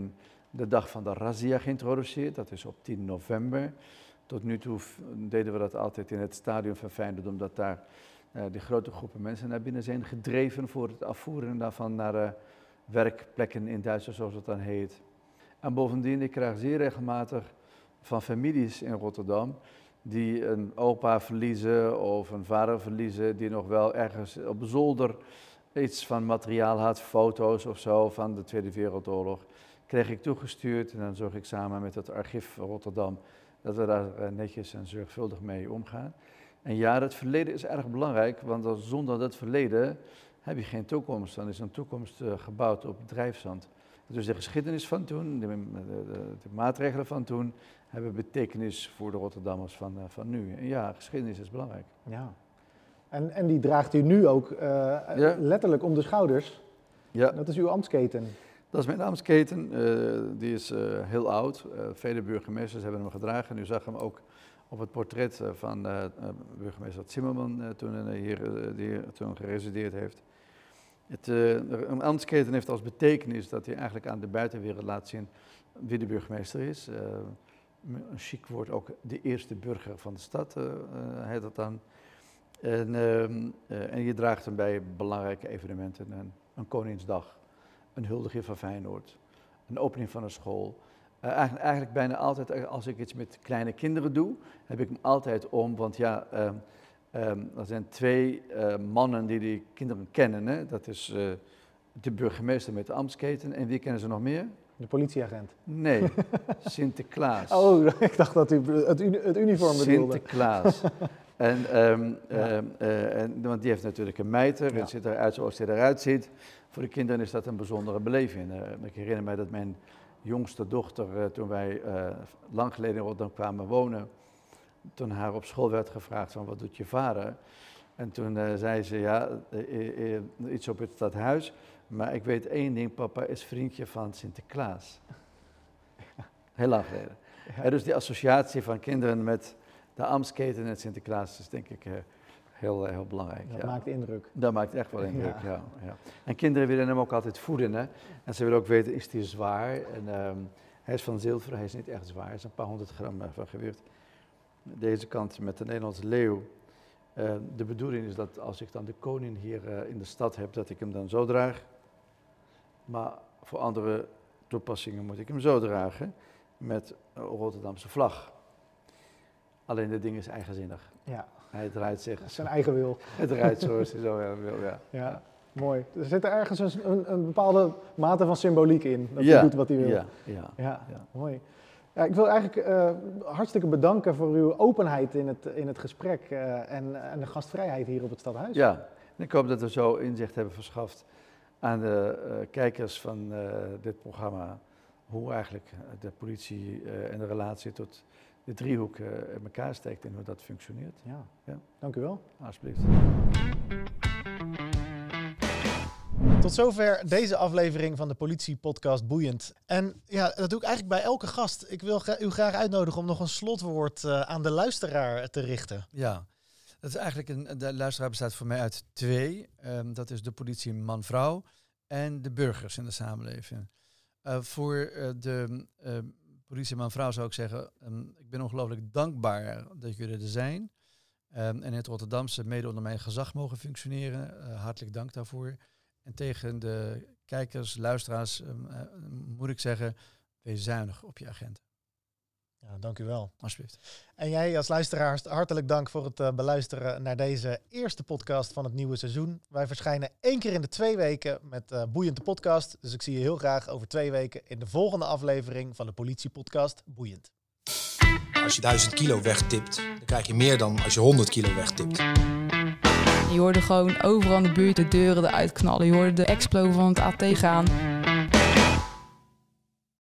de dag van de razzia geïntroduceerd. Dat is op 10 november. Tot nu toe deden we dat altijd in het stadion van Feyenoord, omdat daar die grote groepen mensen naar binnen zijn gedreven voor het afvoeren daarvan naar werkplekken in Duitsland, zoals het dan heet. En bovendien, ik krijg zeer regelmatig van families in Rotterdam die een opa verliezen of een vader verliezen, die nog wel ergens op zolder iets van materiaal had, foto's of zo van de Tweede Wereldoorlog, kreeg ik toegestuurd en dan zorg ik samen met het archief Rotterdam dat we daar netjes en zorgvuldig mee omgaan. En ja, het verleden is erg belangrijk, want zonder dat verleden heb je geen toekomst. Dan is een toekomst gebouwd op drijfzand. Dus de geschiedenis van toen, de maatregelen van toen, hebben betekenis voor de Rotterdammers van nu. En ja, geschiedenis is belangrijk. Ja. En die draagt u nu ook letterlijk om de schouders. Ja. Dat is uw ambtsketen. Dat is mijn ambtsketen. Die is heel oud. Vele burgemeesters hebben hem gedragen. U zag hem ook op het portret van burgemeester Zimmerman die toen geresideerd heeft. Een ambtsketen heeft als betekenis dat hij eigenlijk aan de buitenwereld laat zien wie de burgemeester is. Een chic woord ook de eerste burger van de stad heet dat dan. En je draagt hem bij belangrijke evenementen. Een Koningsdag, een huldiging van Feyenoord, een opening van een school. Eigenlijk bijna altijd als ik iets met kleine kinderen doe, heb ik hem altijd om. Want ja, er zijn twee mannen die kinderen kennen. Hè? Dat is de burgemeester met de ambtsketen. En wie kennen ze nog meer? De politieagent. Nee, Sinterklaas. Oh, ik dacht dat u het uniform bedoelde. Sinterklaas. Want die heeft natuurlijk een mijter en ziet eruit zoals hij eruit ziet. Voor de kinderen is dat een bijzondere beleving. Ik herinner mij dat mijn jongste dochter, toen wij lang geleden in Rotterdam kwamen wonen, toen haar op school werd gevraagd van wat doet je vader? En toen zei ze iets op het stadhuis, maar ik weet één ding, papa is vriendje van Sinterklaas. Heel lang geleden. Ja. Dus die associatie van kinderen met de ambtsketen en Sinterklaas is denk ik heel belangrijk. Dat maakt indruk. Dat maakt echt wel indruk, ja. En kinderen willen hem ook altijd voeden, hè. En ze willen ook weten, is hij zwaar? En hij is van zilver, hij is niet echt zwaar, hij is een paar 100 gram van gewicht. Deze kant met de Nederlandse leeuw. De bedoeling is dat als ik dan de koning hier in de stad heb, dat ik hem dan zo draag. Maar voor andere toepassingen moet ik hem zo dragen, met een Rotterdamse vlag. Alleen dat ding is eigenzinnig. Ja. Hij draait zich. Zijn eigen wil. Hij draait zoals hij zo wil, ja. Mooi. Er zit er ergens een bepaalde mate van symboliek in. Dat hij doet wat hij wil. Ja. Mooi. Ja, ik wil eigenlijk hartstikke bedanken voor uw openheid in het gesprek en de gastvrijheid hier op het Stadhuis. Ja, en ik hoop dat we zo inzicht hebben verschaft aan de kijkers van dit programma. Hoe eigenlijk de politie en de relatie tot de driehoek in elkaar steekt en hoe dat functioneert. Ja. Dank u wel. Alsjeblieft. Tot zover deze aflevering van de Politie-podcast Boeiend. En ja, dat doe ik eigenlijk bij elke gast. Ik wil u graag uitnodigen om nog een slotwoord aan de luisteraar te richten. Ja, dat is eigenlijk de luisteraar bestaat voor mij uit twee. Dat is de politie man-vrouw en de burgers in de samenleving. Voor de politie man-vrouw zou ik zeggen, ik ben ongelooflijk dankbaar dat jullie er zijn. En in het Rotterdamse mede onder mijn gezag mogen functioneren. Hartelijk dank daarvoor. En tegen de kijkers, luisteraars, moet ik zeggen, wees zuinig op je agenten. Ja, dank u wel. Alsjeblieft. En jij als luisteraar, hartelijk dank voor het beluisteren naar deze eerste podcast van het nieuwe seizoen. Wij verschijnen 1 keer in de 2 weken met Boeiend de podcast. Dus ik zie je heel graag over 2 weken in de volgende aflevering van de Politie-podcast Boeiend. Als je 1000 kilo wegtipt, dan krijg je meer dan als je 100 kilo wegtipt. Je hoorde gewoon overal in de buurt de deuren eruit knallen. Je hoorde de explo van het AT gaan.